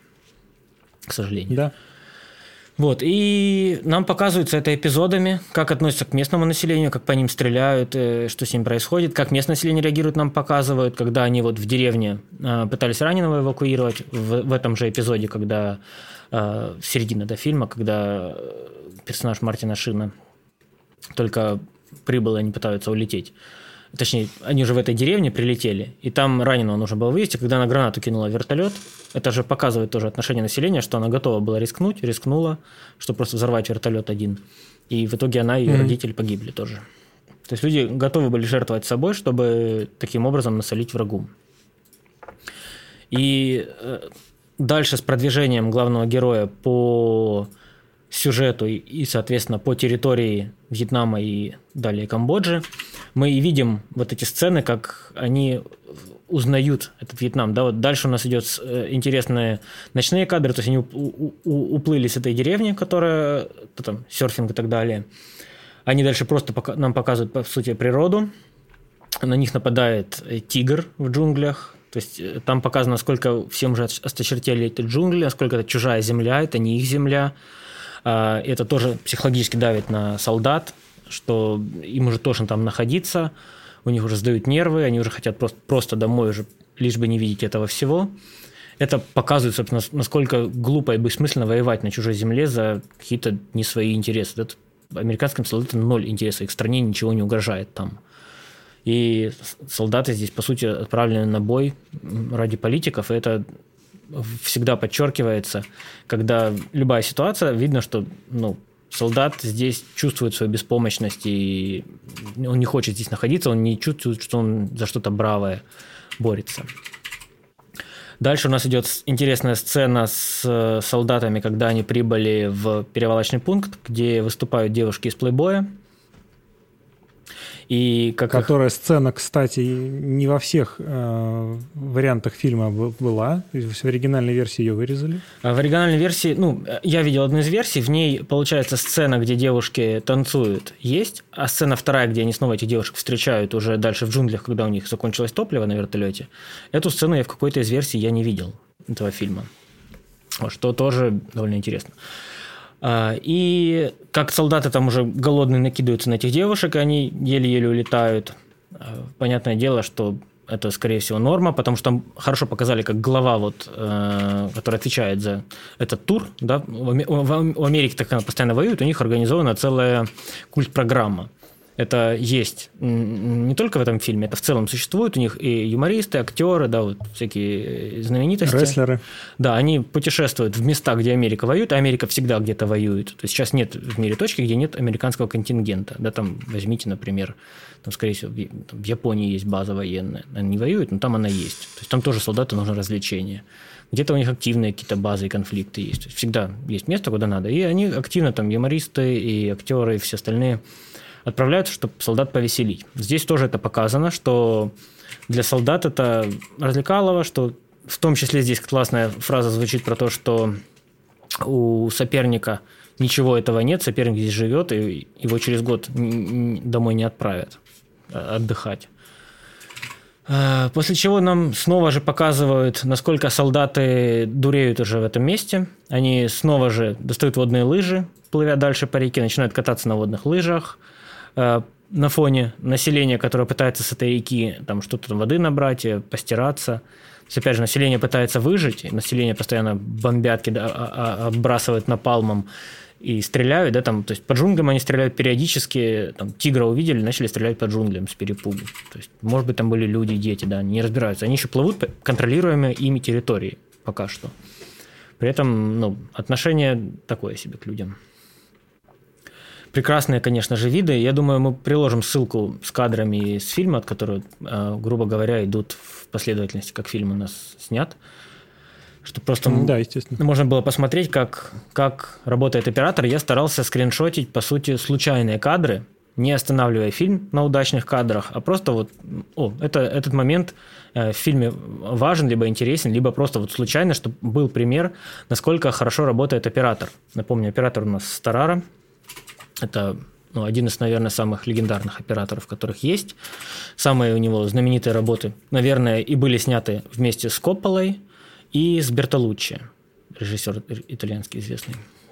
к сожалению. Да. Вот, и нам показывается это эпизодами, как относятся к местному населению, как по ним стреляют, что с ним происходит, как местное население реагирует, нам показывают, когда они вот в деревне пытались раненого эвакуировать, в, в этом же эпизоде, когда середина до фильма, когда персонаж Мартина Шина только прибыл, и они пытаются улететь. Точнее, они уже в этой деревне прилетели, и там раненого нужно было вывезти, когда она гранату кинула в вертолет. Это же показывает тоже отношение населения, что она готова была рискнуть, рискнула, чтобы просто взорвать вертолет один. И в итоге она и ее mm-hmm. родители погибли тоже. То есть люди готовы были жертвовать собой, чтобы таким образом насолить врагу. И дальше с продвижением главного героя по сюжету и, соответственно, по территории Вьетнама и далее Камбоджи, мы и видим вот эти сцены, как они узнают этот Вьетнам. Да, вот дальше у нас идет интересные ночные кадры, то есть они у, у, уплыли с этой деревни, которая, там, серфинг и так далее. Они дальше просто пока, нам показывают, по сути, природу. На них нападает тигр в джунглях. То есть там показано, насколько всем уже осточертели эти джунгли, насколько это чужая земля, это не их земля. Это тоже психологически давит на солдат, что им уже тошно там находиться, у них уже сдают нервы, они уже хотят просто, просто домой уже, лишь бы не видеть этого всего. Это показывает, собственно, насколько глупо и бессмысленно воевать на чужой земле за какие-то не свои интересы. Это американским солдатам ноль интереса, их стране ничего не угрожает там. И солдаты здесь, по сути, отправлены на бой ради политиков, и это всегда подчеркивается, когда любая ситуация, видно, что ну, солдат здесь чувствует свою беспомощность, и он не хочет здесь находиться, он не чувствует, что он за что-то бравое борется. Дальше у нас идет интересная сцена с солдатами, когда они прибыли в перевалочный пункт, где выступают девушки из плейбоя. И как Которая их... сцена, кстати, не во всех э, вариантах фильма была. В оригинальной версии ее вырезали. В оригинальной версии, ну, я видел одну из версий, в ней, получается, сцена, где девушки танцуют, есть, а сцена вторая, где они снова этих девушек встречают уже дальше в джунглях, когда у них закончилось топливо на вертолете, эту сцену я в какой-то из версий я не видел этого фильма. Что тоже довольно интересно. И как солдаты там уже голодные накидываются на этих девушек, и они еле-еле улетают. Понятное дело, что это, скорее всего, норма, потому что там хорошо показали, как глава, вот, которая отвечает за этот тур, да, в Америке так она постоянно воюет, у них организована целая культпрограмма. Это есть не только в этом фильме, это в целом существует. У них и юмористы, актеры, да, вот всякие знаменитости. Рестлеры. Да, они путешествуют в места, где Америка воюет, а Америка всегда где-то воюет. То есть сейчас нет в мире точки, где нет американского контингента. Да, там возьмите, например, там, скорее всего, в Японии есть база военная. Она не воюет, но там она есть. То есть там тоже солдату нужно развлечение. Где-то у них активные какие-то базы и конфликты есть. То есть всегда есть место, куда надо. И они активно, там, юмористы и актеры, и все остальные отправляются, чтобы солдат повеселить. Здесь тоже это показано, что для солдат это развлекалово, что в том числе здесь классная фраза звучит про то, что у соперника ничего этого нет, соперник здесь живет, и его через год домой не отправят отдыхать. После чего нам снова же показывают, насколько солдаты дуреют уже в этом месте. Они снова же достают водные лыжи, плывя дальше по реке, начинают кататься на водных лыжах. На фоне населения, которое пытается с этой реки там, что-то там воды набрать, постираться. То есть, опять же, население пытается выжить, население постоянно бомбят, да, отбрасывают напалмом и стреляют. Да, там, то есть по джунглям они стреляют периодически. Там, тигра увидели, начали стрелять по джунглям с перепугу. То есть, может быть, там были люди, дети, да, не разбираются. Они еще плывут по контролируемой ими территории пока что. При этом ну, отношение такое себе к людям. Прекрасные, конечно же, виды. Я думаю, мы приложим ссылку с кадрами с фильма, от которого, грубо говоря, идут в последовательности, как фильм у нас снят. Чтобы просто да, естественно. Можно было посмотреть, как, как работает оператор. Я старался скриншотить, по сути, случайные кадры, не останавливая фильм на удачных кадрах, а просто вот, о, это, этот момент в фильме важен, либо интересен, либо просто вот случайно, чтобы был пример, насколько хорошо работает оператор. Напомню, оператор у нас Старара. Это ну, один из, наверное, самых легендарных операторов, которых есть. Самые у него знаменитые работы, наверное, и были сняты вместе с Копполой и с Бертолуччи, режиссер итальянский известный.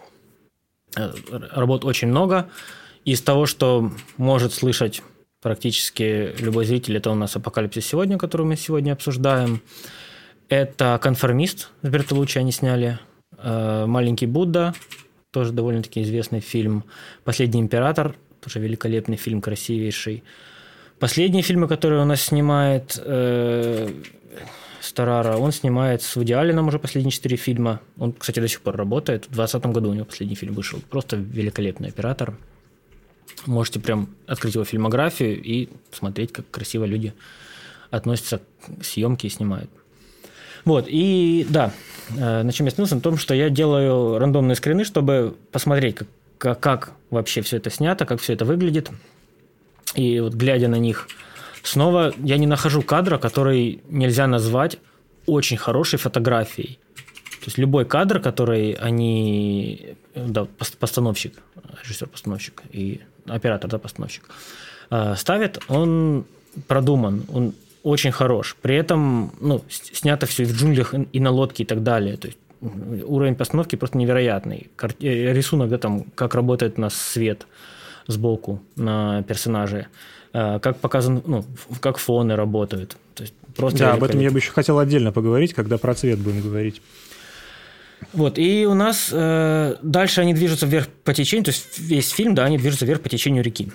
Работ очень много. Из того, что может слышать практически любой зритель, это у нас «Апокалипсис сегодня», который мы сегодня обсуждаем. Это «Конформист» с Бертолуччи они сняли. «Маленький Будда», тоже довольно-таки известный фильм. «Последний император», тоже великолепный фильм, красивейший. Последние фильмы, которые у нас снимает э, Старара, он снимает с Вуди Алленом уже последние четыре фильма. Он, кстати, до сих пор работает. В двадцатом году у него последний фильм вышел. Просто великолепный оператор. Можете прям открыть его фильмографию и смотреть, как красиво люди относятся к съемке и снимают. Вот, и да, на чем я остановился? На том, что я делаю рандомные скрины, чтобы посмотреть, как, как, как вообще все это снято, как все это выглядит. И вот глядя на них снова, я не нахожу кадра, который нельзя назвать очень хорошей фотографией. То есть любой кадр, который они... Да, постановщик, режиссер-постановщик и оператор, да, постановщик, ставит, он продуман, он очень хорош. При этом ну, снято все и в джунглях, и на лодке, и так далее. То есть уровень постановки просто невероятный. Рисунок, да, там, как работает у нас свет сбоку на персонаже, как показан, ну, как фоны работают. То есть просто да, об этом я бы еще хотел отдельно поговорить, когда про цвет будем говорить. Вот, и у нас э, дальше они движутся вверх по течению, то есть весь фильм, да, они движутся вверх по течению реки.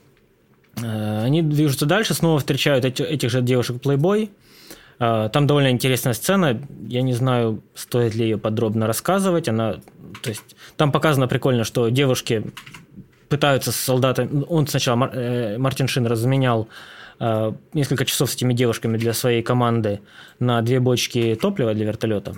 Они движутся дальше, снова встречают эти, этих же девушек-плейбой. Там довольно интересная сцена. Я не знаю, стоит ли ее подробно рассказывать. Она, то есть, там показано прикольно, что девушки пытаются с солдатами... Он сначала, Мартин Шин, разменял несколько часов с этими девушками для своей команды на две бочки топлива для вертолета.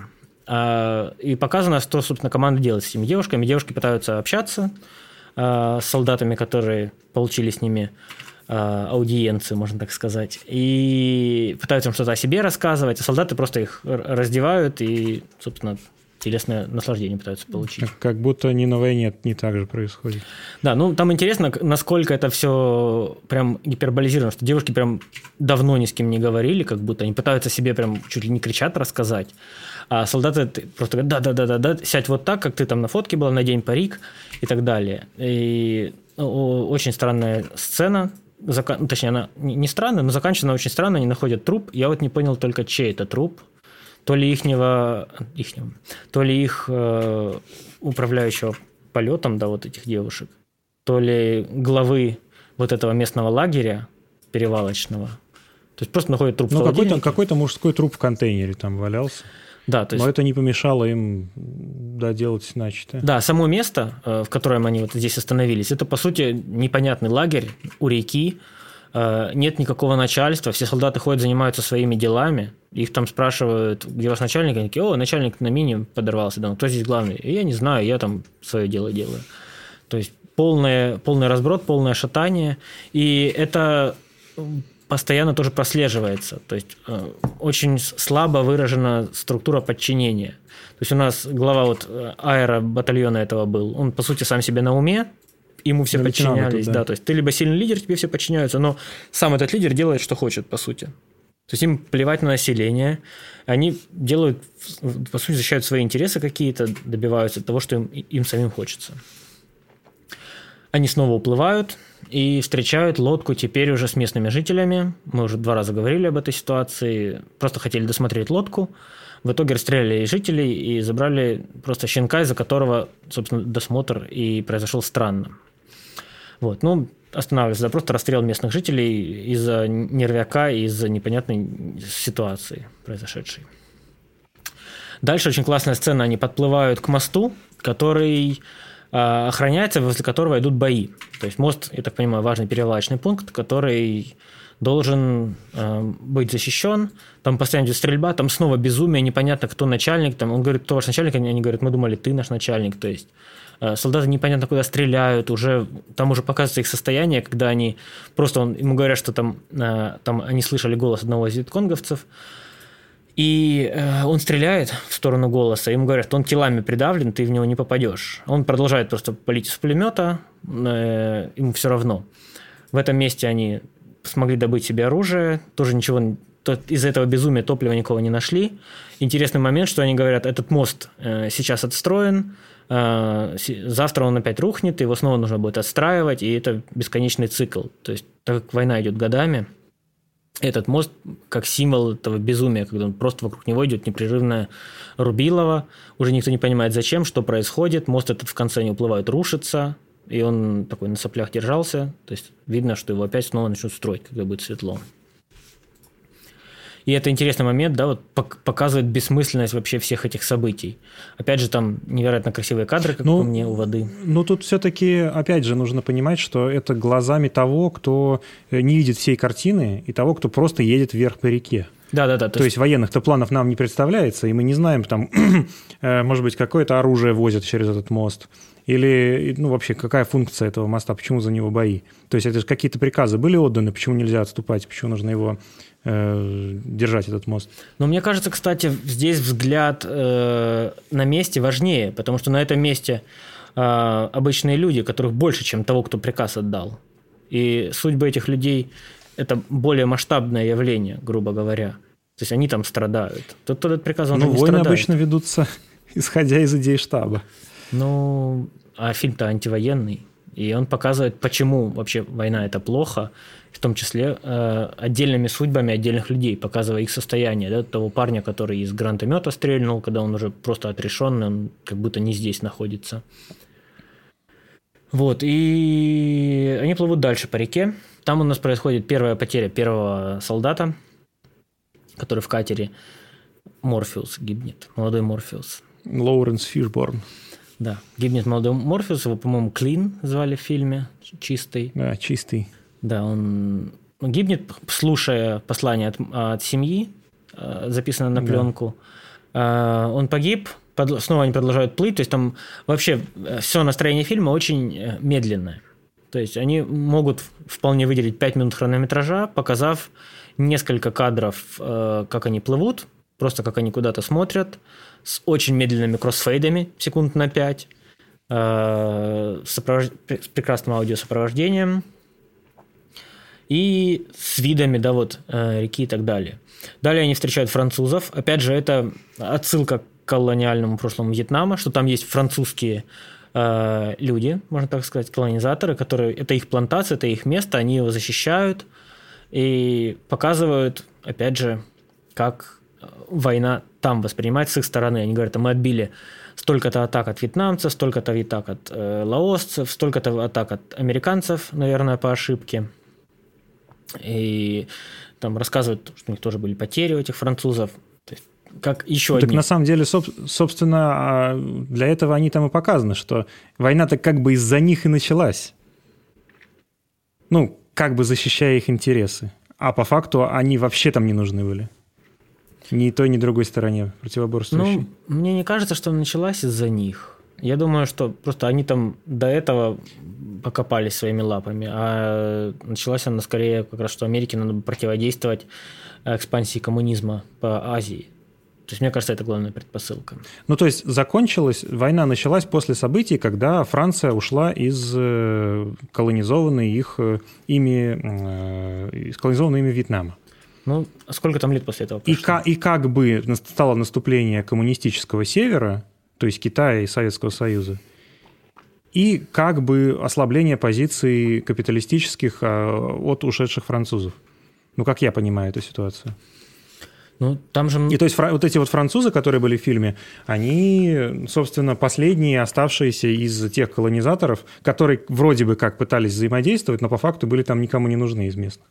И показано, что, собственно, команда делает с этими девушками. Девушки пытаются общаться с солдатами, которые получили с ними аудиенцию, можно так сказать, и пытаются им что-то о себе рассказывать, а солдаты просто их раздевают и, собственно, телесное наслаждение пытаются получить. Как будто ни на войне не так же происходит. Да, ну там интересно, насколько это все прям гиперболизировано, что девушки прям давно ни с кем не говорили, как будто они пытаются себе прям чуть ли не кричат рассказать, а солдаты просто говорят, да-да-да-да, сядь вот так, как ты там на фотке была, надень парик и так далее. И ну, очень странная сцена, Зака... ну, точнее, она не странная, но заканчивается она очень странно, они находят труп, я вот не понял только, чей это труп, то ли ихнего, ихнего то ли их э, управляющего полетом, да, вот этих девушек, то ли главы вот этого местного лагеря перевалочного. То есть просто находят труп в Ну, холодильнике. какой-то, какой-то мужской труп в контейнере там валялся. Да, то есть... Но это не помешало им доделать начатое. Да, само место, в котором они вот здесь остановились, это, по сути, непонятный лагерь у реки, нет никакого начальства, все солдаты ходят, занимаются своими делами, их там спрашивают, где ваш начальник, они такие, о, начальник на мине подорвался, да, кто здесь главный? И я не знаю, я там свое дело делаю. То есть полное, полный разброд, полное шатание, и это постоянно тоже прослеживается, то есть очень слабо выражена структура подчинения. То есть у нас глава вот аэробатальона этого был, он, по сути, сам себе на уме, ему все подчинялись, да. да, то есть ты либо сильный лидер, тебе все подчиняются, но сам этот лидер делает, что хочет, по сути. То есть им плевать на население, они делают, по сути, защищают свои интересы какие-то, добиваются того, что им, им самим хочется. Они снова уплывают и встречают лодку теперь уже с местными жителями. Мы уже два раза говорили об этой ситуации, просто хотели досмотреть лодку. В итоге расстреляли жителей и забрали просто щенка, из-за которого, собственно, досмотр и произошел странно. Вот, ну, останавливается, да, просто расстрел местных жителей из-за нервяка и из-за непонятной ситуации произошедшей. Дальше очень классная сцена, они подплывают к мосту, который э, охраняется, возле которого идут бои. То есть мост, я так понимаю, важный перевалочный пункт, который должен э, быть защищен. Там постоянно идет стрельба, там снова безумие, непонятно, кто начальник. Там, он говорит, кто ваш начальник, они говорят, мы думали, ты наш начальник. То есть солдаты непонятно куда стреляют, уже, там уже показывается их состояние, когда они просто, он, ему говорят, что там, там они слышали голос одного из вьетконговцев, и он стреляет в сторону голоса, ему говорят, что он телами придавлен, ты в него не попадешь. Он продолжает просто палить из пулемета, ему все равно. В этом месте они смогли добыть себе оружие, тоже ничего, из-за этого безумия топлива никого не нашли. Интересный момент, что они говорят, этот мост сейчас отстроен, завтра он опять рухнет, его снова нужно будет отстраивать, и это бесконечный цикл. То есть, так как война идет годами, этот мост как символ этого безумия, когда он просто вокруг него идет непрерывное рубилово, уже никто не понимает зачем, что происходит, мост этот в конце не уплывает, рушится, и он такой на соплях держался, то есть видно, что его опять снова начнут строить, когда будет светло. И это интересный момент, да, вот показывает бессмысленность вообще всех этих событий. Опять же, там невероятно красивые кадры, как ну, по мне, у воды. Ну, тут все-таки, опять же, нужно понимать, что это глазами того, кто не видит всей картины, и того, кто просто едет вверх по реке. Да-да-да. То, то есть военных-то планов нам не представляется, и мы не знаем, там, может быть, какое-то оружие возят через этот мост. Или, ну, вообще, какая функция этого моста, почему за него бои? То есть это же какие-то приказы были отданы, почему нельзя отступать, почему нужно его э, держать, этот мост? Но мне кажется, кстати, здесь взгляд э, на месте важнее, потому что на этом месте э, обычные люди, которых больше, чем того, кто приказ отдал. И судьбы этих людей – это более масштабное явление, грубо говоря. То есть они там страдают. Тот, кто этот приказ, он ну, не войны страдает. обычно ведутся, исходя из идей штаба. Ну, а фильм-то антивоенный, и он показывает, почему вообще война – это плохо, в том числе э, отдельными судьбами отдельных людей, показывая их состояние. Да, того парня, который из гранатомета стрельнул, когда он уже просто отрешенный, он как будто не здесь находится. Вот, и они плывут дальше по реке. Там у нас происходит первая потеря первого солдата, который в катере. Морфеус гибнет, молодой Морфеус. Лоуренс Фишборн. Да, гибнет молодой Морфеус, его, по-моему, Клин звали в фильме, чистый. Да, чистый. Да, он гибнет, слушая послание от, от семьи, записанное на пленку. Да. Он погиб, снова они продолжают плыть, то есть там вообще все настроение фильма очень медленное. То есть они могут вполне выделить пять минут хронометража, показав несколько кадров, как они плывут, просто как они куда-то смотрят, с очень медленными кроссфейдами секунд на пять, с, сопровож... с прекрасным аудиосопровождением и с видами, да, вот, реки и так далее. Далее они встречают французов. Опять же, это отсылка к колониальному прошлому Вьетнама, что там есть французские э, люди, можно так сказать, колонизаторы, которые, это их плантация, это их место, они его защищают и показывают, опять же, как война там воспринимается с их стороны. Они говорят, мы отбили столько-то атак от вьетнамцев, столько-то атак от э, лаосцев, столько-то атак от американцев, наверное, по ошибке. И там рассказывают, что у них тоже были потери у этих французов. То есть, как еще так одни. на самом деле, собственно, для этого они там и показаны, что война-то как бы из-за них и началась. Ну, как бы защищая их интересы. А по факту они вообще там не нужны были. Ни той, ни другой стороне противоборствующей. Ну, мне не кажется, что началась из-за них. Я думаю, что просто они там до этого покопались своими лапами, а началась она скорее как раз, что Америке надо противодействовать экспансии коммунизма по Азии. То есть, мне кажется, это главная предпосылка. Ну, то есть, закончилась, война началась после событий, когда Франция ушла из колонизованной их ими, из колонизованной ими Вьетнама. Ну, а сколько там лет после этого прошло? И, как, и как бы стало наступление коммунистического севера, то есть Китая и Советского Союза, и как бы ослабление позиций капиталистических от ушедших французов. Ну, как я понимаю эту ситуацию. Ну, там же... И то есть вот эти вот французы, которые были в фильме, они, собственно, последние оставшиеся из тех колонизаторов, которые вроде бы как пытались взаимодействовать, но по факту были там никому не нужны из местных.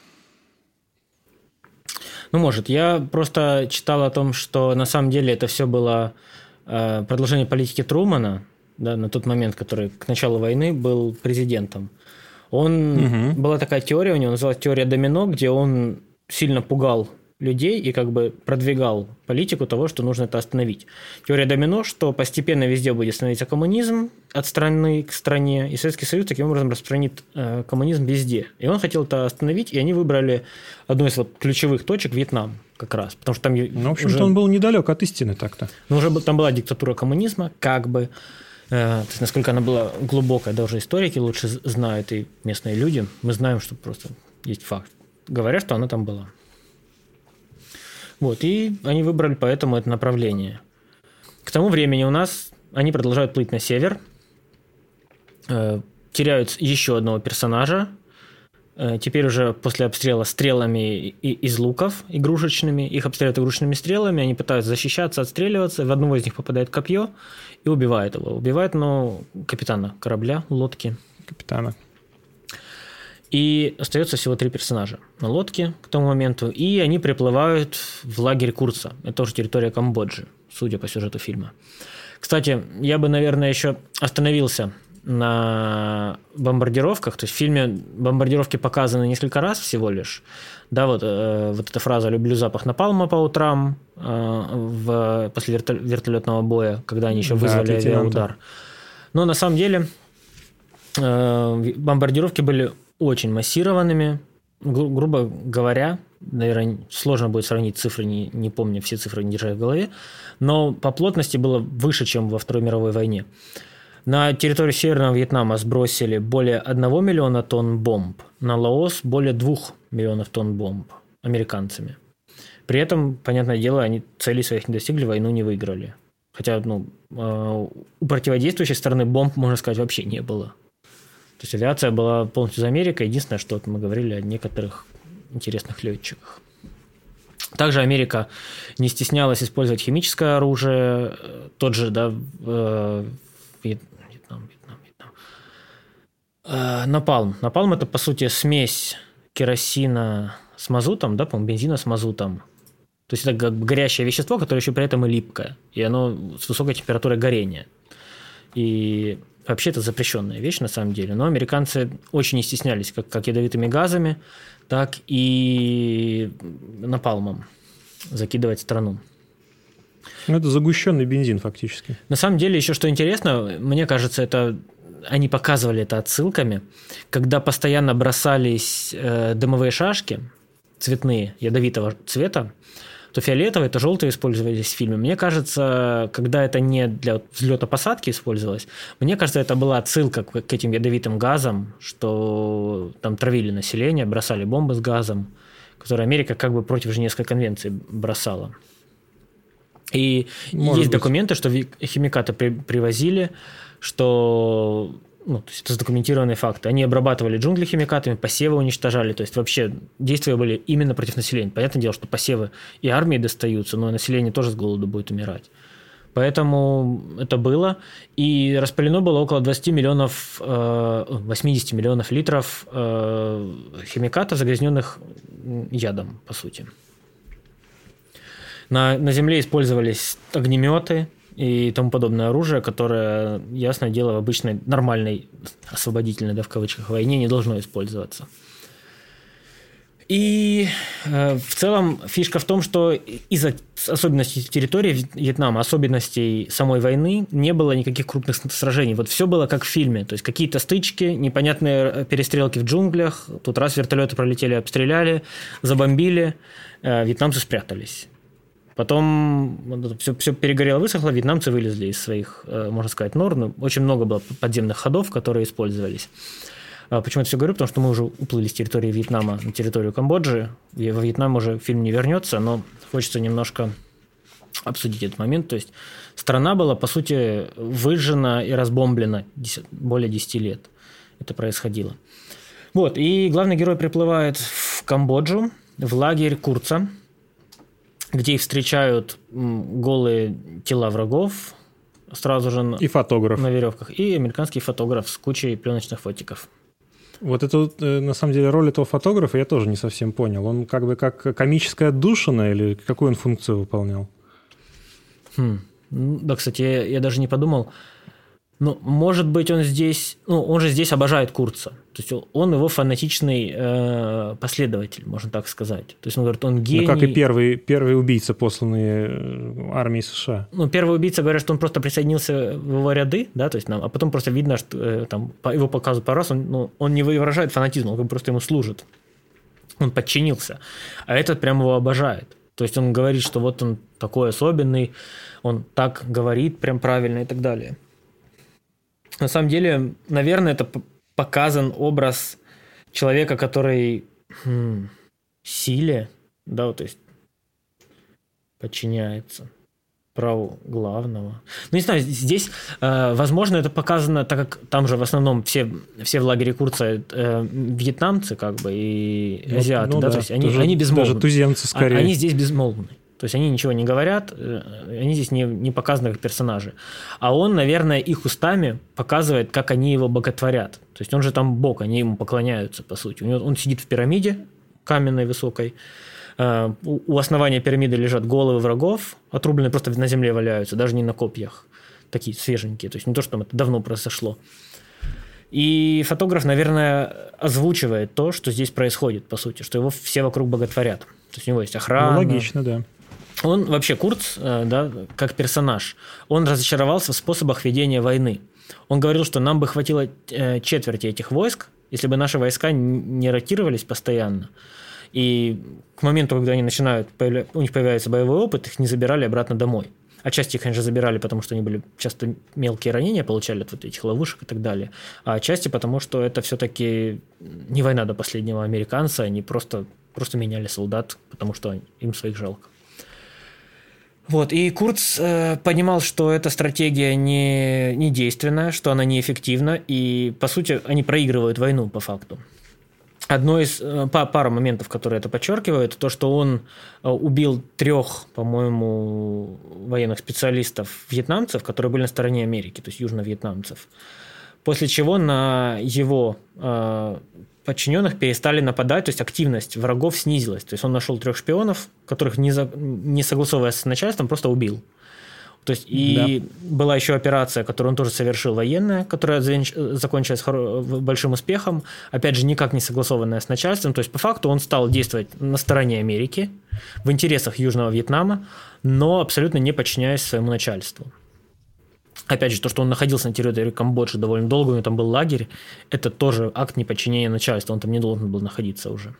Ну, может. Я просто читал о том, что на самом деле это все было э, продолжение политики Трумана, да, на тот момент, который к началу войны был президентом. Он, угу. Была такая теория у него, называлась теория домино, где он сильно пугал людей и как бы продвигал политику того, что нужно это остановить. Теория домино, что постепенно везде будет становиться коммунизм от страны к стране, и Советский Союз таким образом распространит э, коммунизм везде. И он хотел это остановить, и они выбрали одну из вот ключевых точек — Вьетнам как раз. Потому что там ну, в общем-то, уже, он был недалек от истины так-то. Ну, уже там была диктатура коммунизма, как бы. Э, то есть, насколько она была глубокая, даже историки лучше знают, и местные люди. Мы знаем, что просто есть факт. Говорят, что она там была. Вот, и они выбрали поэтому это направление. К тому времени у нас они продолжают плыть на север, э, теряют еще одного персонажа, э, теперь уже после обстрела стрелами и, из луков игрушечными, их обстреливают игрушечными стрелами, они пытаются защищаться, отстреливаться, в одного из них попадает копье и убивает его. Убивает, ну, капитана корабля, лодки. Капитана. И остается всего три персонажа на лодке к тому моменту, и они приплывают в лагерь Курца. Это тоже территория Камбоджи, судя по сюжету фильма. Кстати, я бы, наверное, еще остановился на бомбардировках. То есть в фильме бомбардировки показаны несколько раз всего лишь. Да, вот, э, вот эта фраза «люблю запах напалма по утрам» э, в, после верто- вертолетного боя, когда они еще вызвали да, авиаудар. Но на самом деле э, бомбардировки были очень массированными. Гру- грубо говоря, наверное, сложно будет сравнить цифры, не, не помню все цифры, не держа их в голове, но по плотности было выше, чем во Второй мировой войне. На территорию Северного Вьетнама сбросили более одного миллиона тонн бомб, на Лаос более двух миллионов тонн бомб американцами. При этом, понятное дело, они целей своих не достигли, войну не выиграли. Хотя ну, у противодействующей стороны бомб, можно сказать, вообще не было. То есть авиация была полностью за Америкой. Единственное, что мы говорили о некоторых интересных летчиках. Также Америка не стеснялась использовать химическое оружие. Тот же, да, Вьетнам, Вьетнам, Вьетнам. Напалм. Напалм – это, по сути, смесь керосина с мазутом, да, по-моему, бензина с мазутом. То есть это как бы горящее вещество, которое еще при этом и липкое. И оно с высокой температурой горения. И вообще это запрещенная вещь на самом деле, но американцы очень не стеснялись как, как ядовитыми газами, так и напалмом закидывать страну. Ну, это загущенный бензин фактически. На самом деле, еще что интересно, мне кажется, это они показывали это отсылками, когда постоянно бросались э, дымовые шашки цветные, ядовитого цвета, то фиолетовые, то желтые использовались в фильме. Мне кажется, когда это не для взлета-посадки использовалось, мне кажется, это была отсылка к, к этим ядовитым газам, что там травили население, бросали бомбы с газом, которые Америка как бы против Женевской конвенции бросала. И Может есть быть. документы, что химикаты при, привозили, что... Ну, то есть это задокументированные факты. Они обрабатывали джунгли химикатами, посевы уничтожали. То есть вообще действия были именно против населения. Понятное дело, что посевы и армии достаются, но население тоже с голоду будет умирать. Поэтому это было. И распылено было около двадцать миллионов, восемьдесят миллионов литров химикатов, загрязненных ядом, по сути. На, на Земле использовались огнеметы и тому подобное оружие, которое, ясное дело, в обычной нормальной, освободительной, да, в кавычках, войне не должно использоваться. И э, в целом фишка в том, что из-за особенностей территории Вьетнама, особенностей самой войны, не было никаких крупных сражений. Вот все было как в фильме. То есть какие-то стычки, непонятные перестрелки в джунглях. Тут раз вертолеты пролетели, обстреляли, забомбили, э, вьетнамцы спрятались. Потом все, все перегорело, высохло, вьетнамцы вылезли из своих, можно сказать, нор. Ну, очень много было подземных ходов, которые использовались. Почему я это все говорю? Потому что мы уже уплыли с территории Вьетнама на территорию Камбоджи. И во Вьетнам уже фильм не вернется, но хочется немножко обсудить этот момент. То есть страна была, по сути, выжжена и разбомблена более десять лет. Это происходило. Вот, и главный герой приплывает в Камбоджу, в лагерь Курца, где их встречают голые тела врагов сразу же и фотограф на веревках, и американский фотограф с кучей пленочных фотиков. Вот эту, на самом деле, роль этого фотографа я тоже не совсем понял. Он как бы как комическая отдушина или какую он функцию выполнял? Хм. Да, кстати, я, я даже не подумал. Ну, может быть, он здесь... Ну, он же здесь обожает Курца. То есть он его фанатичный э, последователь, можно так сказать. То есть он говорит, он гений. Ну, как и первый, первый убийца, посланный армией США. Ну, первый убийца говорят, что он просто присоединился в его ряды, да, то есть, а потом просто видно, что э, там, по его показу по раз, он, ну, он не выражает фанатизм, он просто ему служит. Он подчинился. А этот прям его обожает. То есть он говорит, что вот он такой особенный, он так говорит прям правильно и так далее. На самом деле, наверное, это показан образ человека, который хм, силе, да, вот, то есть подчиняется праву главного. Ну, не знаю, здесь, э, возможно, это показано, так как там же в основном все, все в лагере Курца э, вьетнамцы, как бы, и азиаты, ну, да, да, то есть они, они безмолвны. Даже туземцы скорее. А, они здесь безмолвны. То есть они ничего не говорят, они здесь не, не показаны как персонажи. А он, наверное, их устами показывает, как они его боготворят. То есть он же там бог, они ему поклоняются, по сути. У него, он сидит в пирамиде каменной, высокой. У основания пирамиды лежат головы врагов, отрубленные, просто на земле валяются, даже не на копьях. Такие свеженькие. То есть не то, что там это давно произошло. И фотограф, наверное, озвучивает то, что здесь происходит, по сути, что его все вокруг боготворят. То есть у него есть охрана. Ну, логично, да. Он вообще, Курц, да, как персонаж, он разочаровался в способах ведения войны. Он говорил, что нам бы хватило четверти этих войск, если бы наши войска не ротировались постоянно. И к моменту, когда они начинают, у них появляется боевой опыт, их не забирали обратно домой. Отчасти их, конечно, забирали, потому что они были часто мелкие ранения, получали от вот этих ловушек и так далее. А отчасти потому, что это все-таки не война до последнего американца, они просто, просто меняли солдат, потому что им своих жалко. Вот, и Курц э, понимал, что эта стратегия не, не действенная, что она неэффективна, и, по сути, они проигрывают войну по факту. Одно из, э, пара моментов, которые это подчеркивают, то, что он э, убил трех, по-моему, военных специалистов вьетнамцев, которые были на стороне Америки, то есть южно-вьетнамцев, после чего на его э, подчиненных перестали нападать, то есть активность врагов снизилась. То есть он нашел трех шпионов, которых, не, за, не согласовываясь с начальством, просто убил. То есть и да. Была еще операция, которую он тоже совершил, военная, которая закончилась большим успехом, опять же, никак не согласованная с начальством. То есть по факту он стал действовать на стороне Америки, в интересах Южного Вьетнама, но абсолютно не подчиняясь своему начальству. Опять же, то, что он находился на территории Камбоджи довольно долго, у него там был лагерь, это тоже акт неподчинения начальства, он там не должен был находиться уже.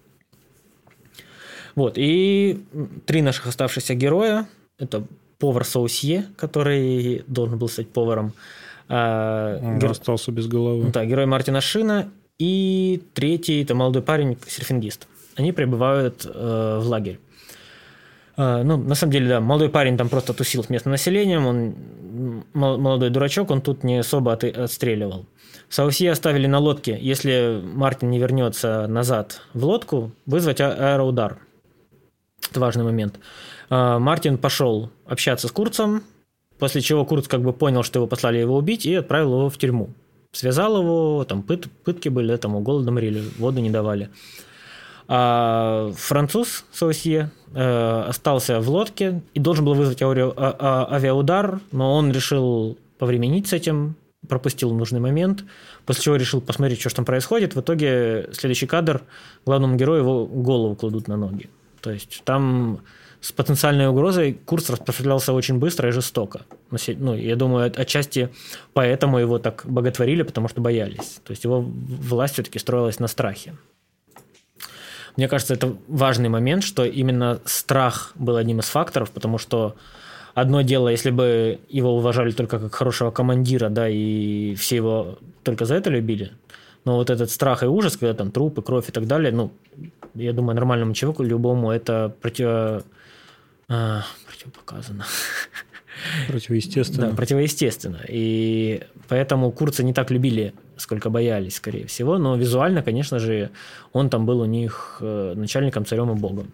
Вот, и три наших оставшихся героя, это повар Саусье, который должен был стать поваром. Он Гер... остался без головы. Да, герой Мартина Шина, и третий, это молодой парень, серфингист. Они прибывают э, в лагерь. Э, ну, на самом деле, да, молодой парень там просто тусил с местным населением, он молодой дурачок, он тут не особо от, отстреливал. Саусье оставили на лодке, если Мартин не вернется назад в лодку, вызвать а- аэроудар. Это важный момент. Э, Мартин пошел общаться с Курцем, после чего Курц как бы понял, что его послали его убить, и отправил его в тюрьму. Связал его, там пыт, пытки были, там его голодом морили, воду не давали. А француз Саусье э, остался в лодке и должен был вызвать ави- а- а- авиаудар, но он решил повременить с этим, пропустил нужный момент, после чего решил посмотреть, что же там происходит. В итоге следующий кадр, главному герою его голову кладут на ноги. То есть там с потенциальной угрозой Курц распространялся очень быстро и жестоко. Ну, я думаю, отчасти поэтому его так боготворили, потому что боялись. То есть его власть все-таки строилась на страхе. Мне кажется, это важный момент, что именно страх был одним из факторов, потому что одно дело, если бы его уважали только как хорошего командира, да, и все его только за это любили, но вот этот страх и ужас, когда там трупы, кровь и так далее, ну, я думаю, нормальному человеку, любому, это против... а, противопоказано. Противоестественно. Да, противоестественно. И поэтому Курца не так любили, сколько боялись, скорее всего. Но визуально, конечно же, он там был у них начальником, царем и богом.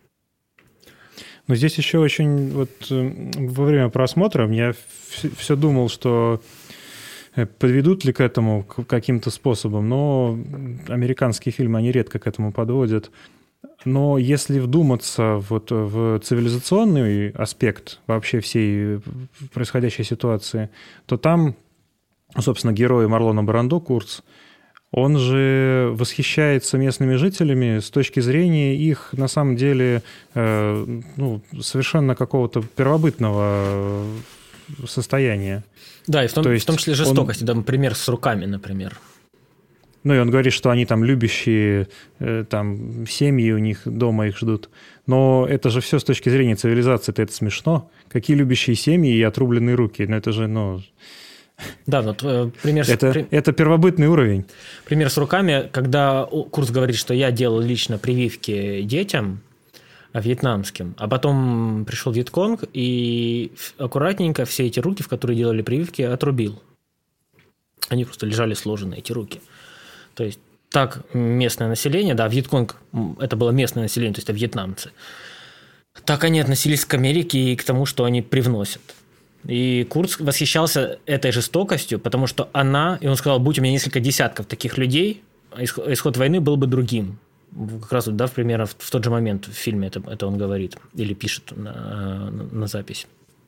Но здесь еще очень... Вот во время просмотра я все думал, что подведут ли к этому каким-то способом. Но американские фильмы, они редко к этому подводят. Но если вдуматься вот в цивилизационный аспект вообще всей происходящей ситуации, то там, собственно, герой Марлона Брандо, Курц, он же восхищается местными жителями с точки зрения их, на самом деле, э, ну, совершенно какого-то первобытного состояния. Да, и в том, то есть в том числе жестокости. Он... Да, пример с руками, например. Ну, и он говорит, что они там любящие, там семьи у них дома их ждут. Но это же все с точки зрения цивилизации, это это Какие любящие семьи и отрубленные руки? Ну, это же, ну... Да, вот э, пример... Это, при... это первобытный уровень. Пример с руками, когда Курц говорит, что я делал лично прививки детям вьетнамским, а потом пришел Вьетконг и аккуратненько все эти руки, в которые делали прививки, отрубил. Они просто лежали сложенные, эти руки. То есть так местное население, да, Вьетконг – это было местное население, то есть это вьетнамцы, так они относились к Америке и к тому, что они привносят. И Курц восхищался этой жестокостью, потому что она, и он сказал, будь у меня несколько десятков таких людей, исход войны был бы другим. Как раз, да, в пример, в тот же момент в фильме это, это он говорит или пишет на, на, на запись.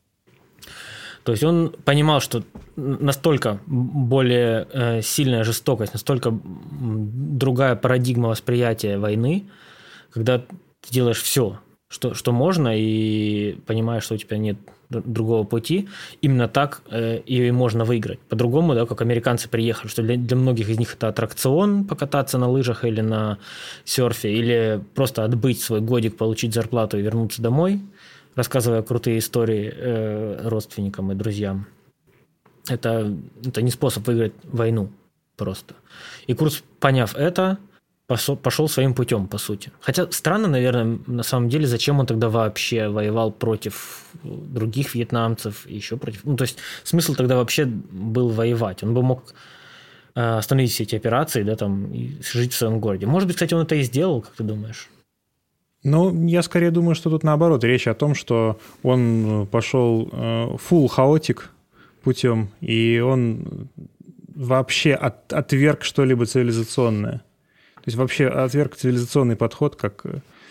То есть он понимал, что настолько более э, сильная жестокость, настолько другая парадигма восприятия войны, когда ты делаешь все, что, что можно, и понимаешь, что у тебя нет другого пути, именно так э, и можно выиграть. По-другому, да, как американцы приехали, что для, для многих из них это аттракцион покататься на лыжах или на серфе, или просто отбыть свой годик, получить зарплату и вернуться домой, рассказывая крутые истории э, родственникам и друзьям. Это, это не способ выиграть войну просто. И Курц, поняв это, пошел, пошел своим путем, по сути. Хотя странно, наверное, на самом деле, зачем он тогда вообще воевал против других вьетнамцев, еще против... Ну, то есть смысл тогда вообще был воевать. Он бы мог э, остановить все эти операции, да, там, и жить в своем городе. Может быть, кстати, он это и сделал, как ты думаешь? Ну, я скорее думаю, что тут наоборот. Речь о том, что он пошел full хаотик путем, и он вообще от, отверг что-либо цивилизационное. То есть вообще отверг цивилизационный подход как,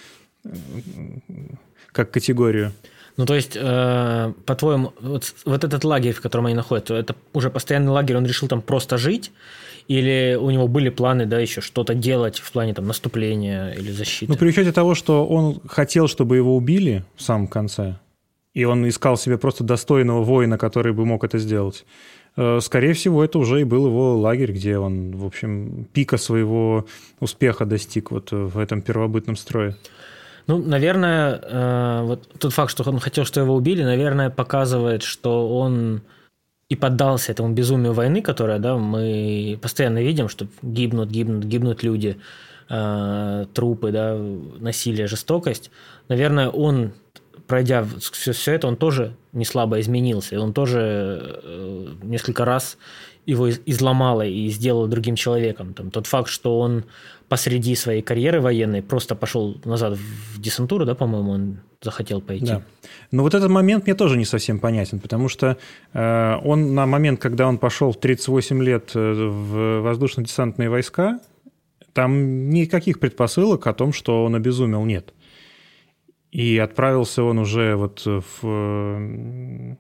как категорию. Ну, то есть, э, по-твоему, вот, вот этот лагерь, в котором они находятся, это уже постоянный лагерь, он решил там просто жить? Или у него были планы, да, еще что-то делать в плане там наступления или защиты? Ну, при учете того, что он хотел, чтобы его убили в самом конце, и он искал себе просто достойного воина, который бы мог это сделать, скорее всего, это уже и был его лагерь, где он, в общем, пика своего успеха достиг вот в этом первобытном строе. Ну, наверное, вот тот факт, что он хотел, что его убили, наверное, показывает, что он и поддался этому безумию войны, которая, да, мы постоянно видим, что гибнут, гибнут, гибнут люди, трупы, да, насилие, жестокость. Наверное, он, пройдя все, все это, он тоже не слабо изменился. И он тоже несколько раз его изломало и сделал другим человеком. Там, тот факт, что он посреди своей карьеры военной просто пошел назад в десантуру, да, по-моему, он захотел пойти. Да. Но вот этот момент мне тоже не совсем понятен, потому что э, он на момент, когда он пошел в тридцать восемь лет в воздушно-десантные войска, там никаких предпосылок о том, что он обезумел, нет. И отправился он уже вот в,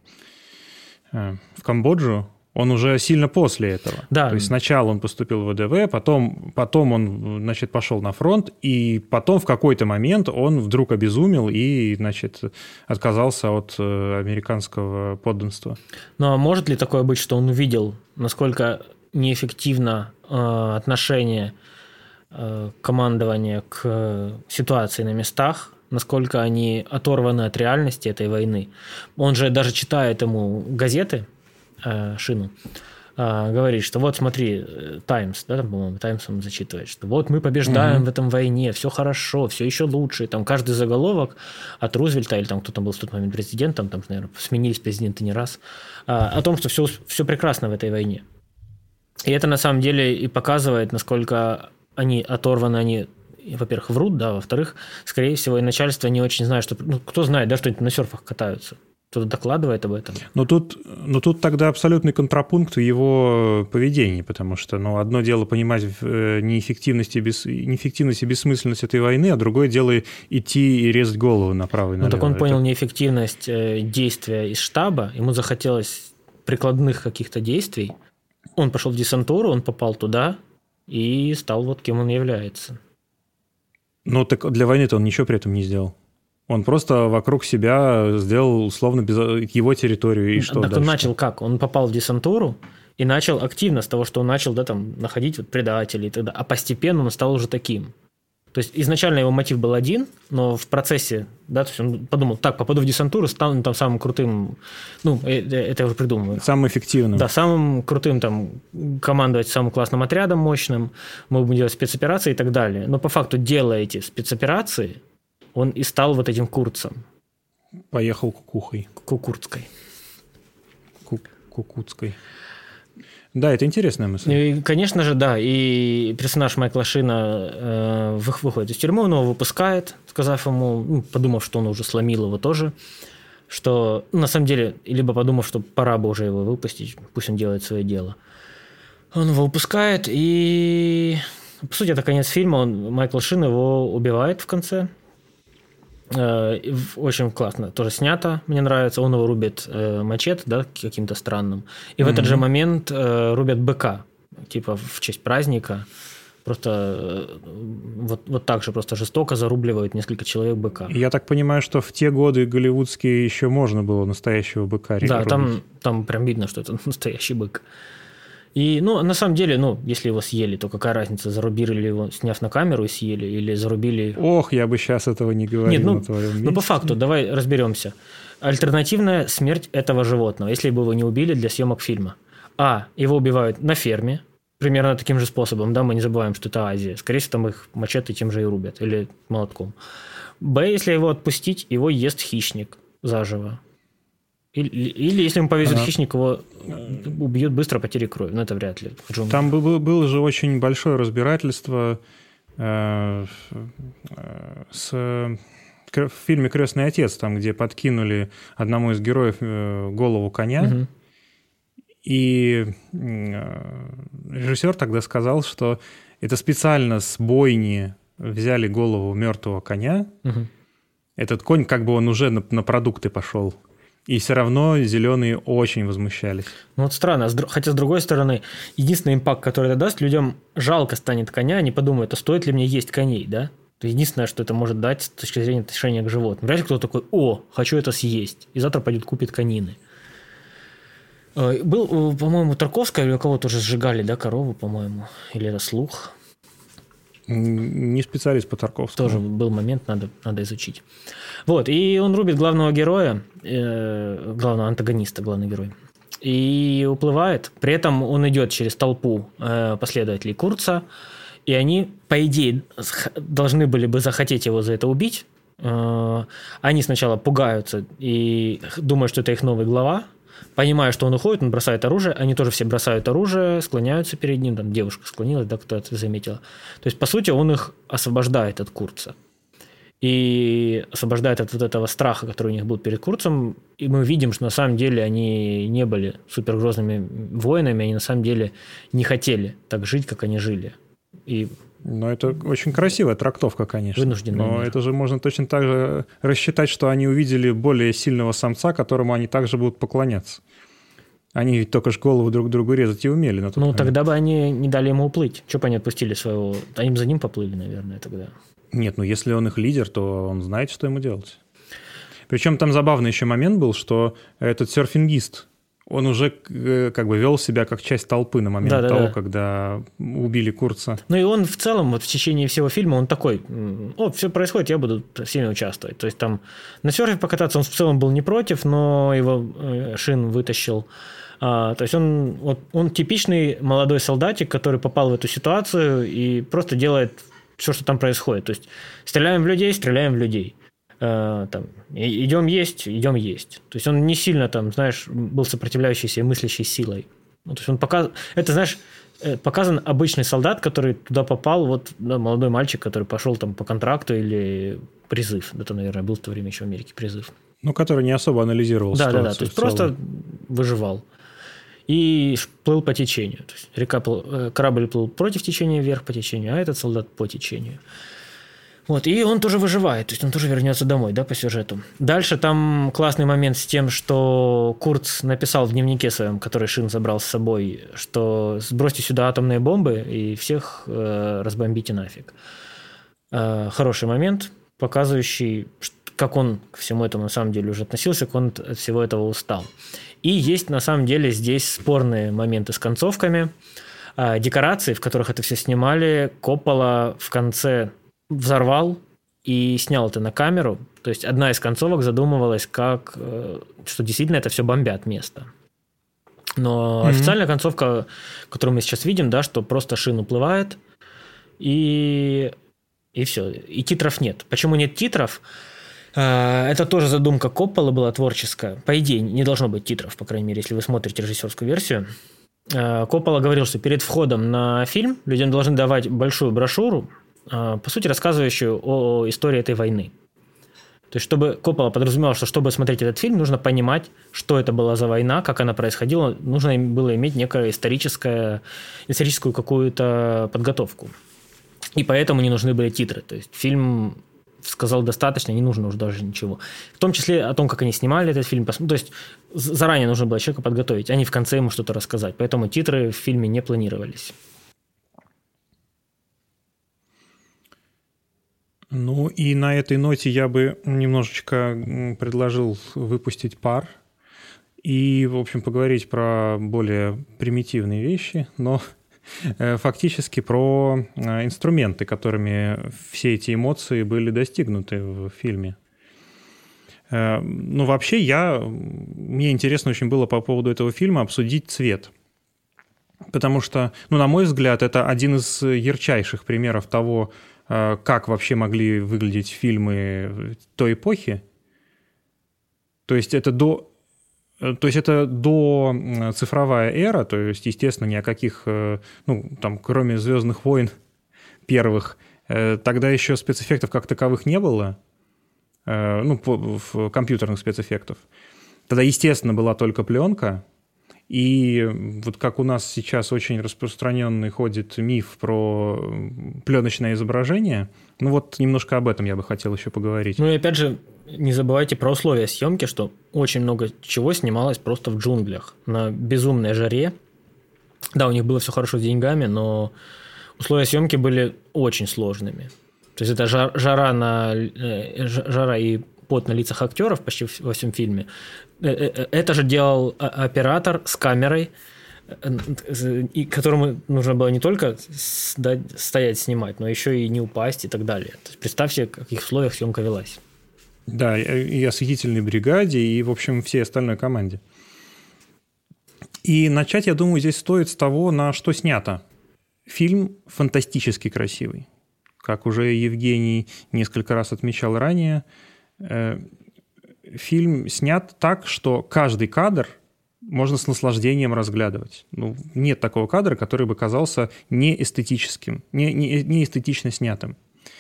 в Камбоджу, он уже сильно после этого. Да. То есть сначала он поступил в ВДВ, потом, потом он, значит, пошел на фронт, и потом в какой-то момент он вдруг обезумел и, значит, отказался от американского подданства. Ну а может ли такое быть, что он увидел, насколько неэффективно э, отношение э, командования к ситуации на местах, насколько они оторваны от реальности этой войны? Он же даже читает ему газеты, Шину, говорит, что вот смотри, Таймс, да, там, по-моему, Таймс он зачитывает, что вот мы побеждаем угу. в этом войне, все хорошо, все еще лучше. Там каждый заголовок от Рузвельта, или там кто-то был в тот момент президентом, там, наверное, сменились президенты не раз, о том, что все, все прекрасно в этой войне. И это на самом деле и показывает, насколько они оторваны, они, во-первых, врут, да, во-вторых, скорее всего, и начальство не очень знает, что... Ну, кто знает, да, что они на серфах катаются. Кто-то докладывает об этом. Но тут, но тут тогда абсолютный контрапункт в его поведении, потому что ну, одно дело понимать неэффективность и, бес, неэффективность и бессмысленность этой войны, а другое дело идти и резать голову направо и налево. Ну так он Это... понял неэффективность действия из штаба, ему захотелось прикладных каких-то действий. Он пошел в десантуру, он попал туда и стал вот кем он является. Ну так для войны-то он ничего при этом не сделал. Он просто вокруг себя сделал условно без... его территорию. И что так дальше? Он начал как? Он попал в десантуру и начал активно с того, что он начал да, там, находить вот предателей и так далее. А постепенно он стал уже таким. То есть изначально его мотив был один, но в процессе, да, то есть он подумал, так, попаду в десантуру, стану там самым крутым, ну, это я уже придумываю. Самым эффективным. Да, самым крутым, там, командовать самым классным отрядом, мощным, мы будем делать спецоперации и так далее. Но по факту, делая эти спецоперации, он и стал вот этим Курцем. Поехал кукухой. Кукурцкой. Ку- кукуцкой. Да, это интересная мысль. И, конечно же, да. И персонаж Майкла Шина э, выходит из тюрьмы, он его выпускает, сказав ему, ну, подумав, что он уже сломил его тоже, что ну, на самом деле, либо подумав, что пора бы уже его выпустить, пусть он делает свое дело. Он его выпускает, и по сути, это конец фильма. Он, Майкл Шин его убивает в конце. Очень классно тоже снято, мне нравится. Он его рубит э, мачете, да, каким-то странным. И mm-hmm. в этот же момент э, рубят быка, типа в честь праздника. Просто э, вот, вот так же просто жестоко зарубливают несколько человек быка. Я так понимаю, что в те годы голливудские еще можно было настоящего быка рубить. Да, там, там прям видно, что это настоящий бык. И, ну, на самом деле, ну, если его съели, то какая разница, зарубили его, сняв на камеру и съели, или зарубили... Ох, я бы сейчас этого не говорил. Нет, ну, на твоем месте. Ну, по факту, давай разберемся. Альтернативная смерть этого животного, если бы его не убили для съемок фильма. А, его убивают на ферме, примерно таким же способом, да, мы не забываем, что это Азия. Скорее всего, там их мачете тем же и рубят, или молотком. Б, если его отпустить, его ест хищник заживо. Или, или если ему повезет ага. хищник, его убьют быстро, потери крови. Но это вряд ли. Там было, было же очень большое разбирательство э, э, с, в фильме «Крестный отец», там, где подкинули одному из героев э, голову коня. Угу. И э, режиссер тогда сказал, что это специально с бойни взяли голову мертвого коня. Угу. Этот конь, как бы он уже на, на продукты пошел. И все равно зеленые очень возмущались. Ну вот странно, хотя с другой стороны, единственный импакт, который это даст, людям жалко станет коня, они подумают, а стоит ли мне есть коней, да? Это единственное, что это может дать с точки зрения отношения к животным. Понимаете, кто такой: о, хочу это съесть, и завтра пойдет купит конины. Был, по-моему, Тарковская или у кого-то уже сжигали, да, корову, по-моему, или это слух. Не специалист по Тарковскому. Тоже был момент, надо, надо изучить. Вот, и он рубит главного героя, э, главного антагониста, главный герой, и уплывает. При этом он идет через толпу э, последователей Курца, и они, по идее, должны были бы захотеть его за это убить. Э, они сначала пугаются и думают, что это их новый глава. Понимая, что он уходит, он бросает оружие, они тоже все бросают оружие, склоняются перед ним, там девушка склонилась, да, кто-то заметила. То есть, по сути, он их освобождает от Курца. И освобождает от вот этого страха, который у них был перед Курцем. И мы видим, что на самом деле они не были супергрозными воинами, они на самом деле не хотели так жить, как они жили. И... Но это очень красивая трактовка, конечно. Вынужденный Но мир. это же можно точно так же рассчитать, что они увидели более сильного самца, которому они также будут поклоняться. Они ведь только ж голову друг другу резать и умели. На тот ну, момент. Тогда бы они не дали ему уплыть. Чего бы они отпустили своего... Они бы за ним поплыли, наверное, тогда. Нет, ну если он их лидер, то он знает, что ему делать. Причем там забавный еще момент был, что этот серфингист, он уже как бы вел себя как часть толпы на момент да, да, того, да. когда убили Курца. Ну и он в целом вот в течение всего фильма он такой: о, все происходит, я буду сильно участвовать. То есть там на серфе покататься он в целом был не против, но его Шин вытащил. А, то есть он, вот, он типичный молодой солдатик, который попал в эту ситуацию и просто делает все, что там происходит. То есть стреляем в людей, стреляем в людей. Там, идем есть, идем есть. То есть он не сильно там, знаешь, был сопротивляющийся и мыслящей силой. Ну, то есть он показ... Это, знаешь, показан обычный солдат, который туда попал, вот да, молодой мальчик, который пошел там по контракту или призыв. Это, наверное, был в то время еще в Америке призыв. Ну, который не особо анализировал да, ситуацию. Да, да, то есть просто выживал. И плыл по течению. То есть река плыл... корабль плыл против течения, вверх по течению, а этот солдат по течению. Вот, и он тоже выживает, то есть он тоже вернется домой, да, по сюжету. Дальше там классный момент с тем, что Курц написал в дневнике своем, который Шин забрал с собой, что сбросьте сюда атомные бомбы и всех э, разбомбите нафиг. Э, хороший момент, показывающий, как он к всему этому на самом деле уже относился, как он от всего этого устал. И есть на самом деле здесь спорные моменты с концовками. Э, декорации, в которых это все снимали, Коппола в конце... взорвал и снял это на камеру. То есть одна из концовок задумывалась как, что действительно это все бомбят место. Но mm-hmm. официальная концовка, которую мы сейчас видим, да, что просто Шин уплывает, и, и все. И титров нет. Почему нет титров? Это тоже задумка Копполы была творческая. По идее, не должно быть титров, по крайней мере, если вы смотрите режиссерскую версию. Коппола говорил, что перед входом на фильм людям должны давать большую брошюру, по сути, рассказывающую о истории этой войны. То есть, чтобы Коппола подразумевал, что чтобы смотреть этот фильм, нужно понимать, что это была за война, как она происходила, нужно было иметь некую историческую, историческую какую-то подготовку. И поэтому не нужны были титры. То есть, фильм сказал достаточно, не нужно уже даже ничего. В том числе о том, как они снимали этот фильм. То есть, заранее нужно было человека подготовить, а не в конце ему что-то рассказать. Поэтому титры в фильме не планировались. Ну и на этой ноте я бы немножечко предложил выпустить пар и, в общем, поговорить про более примитивные вещи, но фактически про инструменты, которыми все эти эмоции были достигнуты в фильме. Ну, вообще, я... мне интересно очень было по поводу этого фильма обсудить цвет. Потому что, ну, на мой взгляд, это один из ярчайших примеров того, как вообще могли выглядеть фильмы той эпохи. То есть это до, то есть это до цифровая эра, то есть, естественно, ни о каких, ну, там, кроме «Звездных войн» первых, тогда еще спецэффектов как таковых не было, ну, компьютерных спецэффектов. Тогда, естественно, была только пленка. И вот как у нас сейчас очень распространенный ходит миф про пленочное изображение, ну вот немножко об этом я бы хотел еще поговорить. Ну и опять же, не забывайте про условия съемки, что очень много чего снималось просто в джунглях, на безумной жаре. Да, у них было все хорошо с деньгами, но условия съемки были очень сложными. То есть это жар, жара, на, жара и пот на лицах актеров почти во всем фильме. Это же делал оператор с камерой, и которому нужно было не только стоять снимать, но еще и не упасть и так далее. То есть представьте, в каких условиях съемка велась. Да, и осветительной бригаде, и, в общем, всей остальной команде. И начать, я думаю, здесь стоит с того, на что снято. Фильм фантастически красивый. Как уже Евгений несколько раз отмечал ранее, фильм снят так, что каждый кадр можно с наслаждением разглядывать. Ну, нет такого кадра, который бы казался неэстетическим, не, не, не эстетично снятым.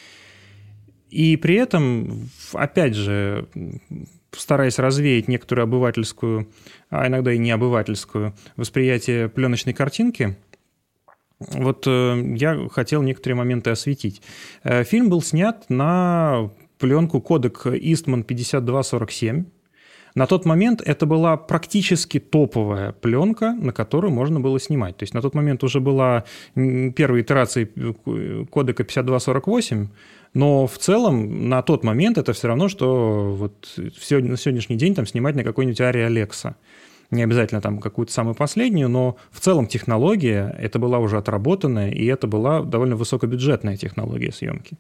И при этом, опять же, стараясь развеять некоторую обывательскую, а иногда и необывательскую восприятие пленочной картинки, вот э, я хотел некоторые моменты осветить. Э, фильм был снят на пленку Kodak Eastman пятьдесят два сорок семь. На тот момент это была практически топовая пленка, на которую можно было снимать. То есть на тот момент уже была первая итерация Kodak пятьдесят два сорок восемь, но в целом на тот момент это все равно, что вот на сегодняшний день там снимать на какой-нибудь Арри Alexa. Не обязательно там какую-то самую последнюю, но в целом технология это была уже отработанная, и это была довольно высокобюджетная технология съемки.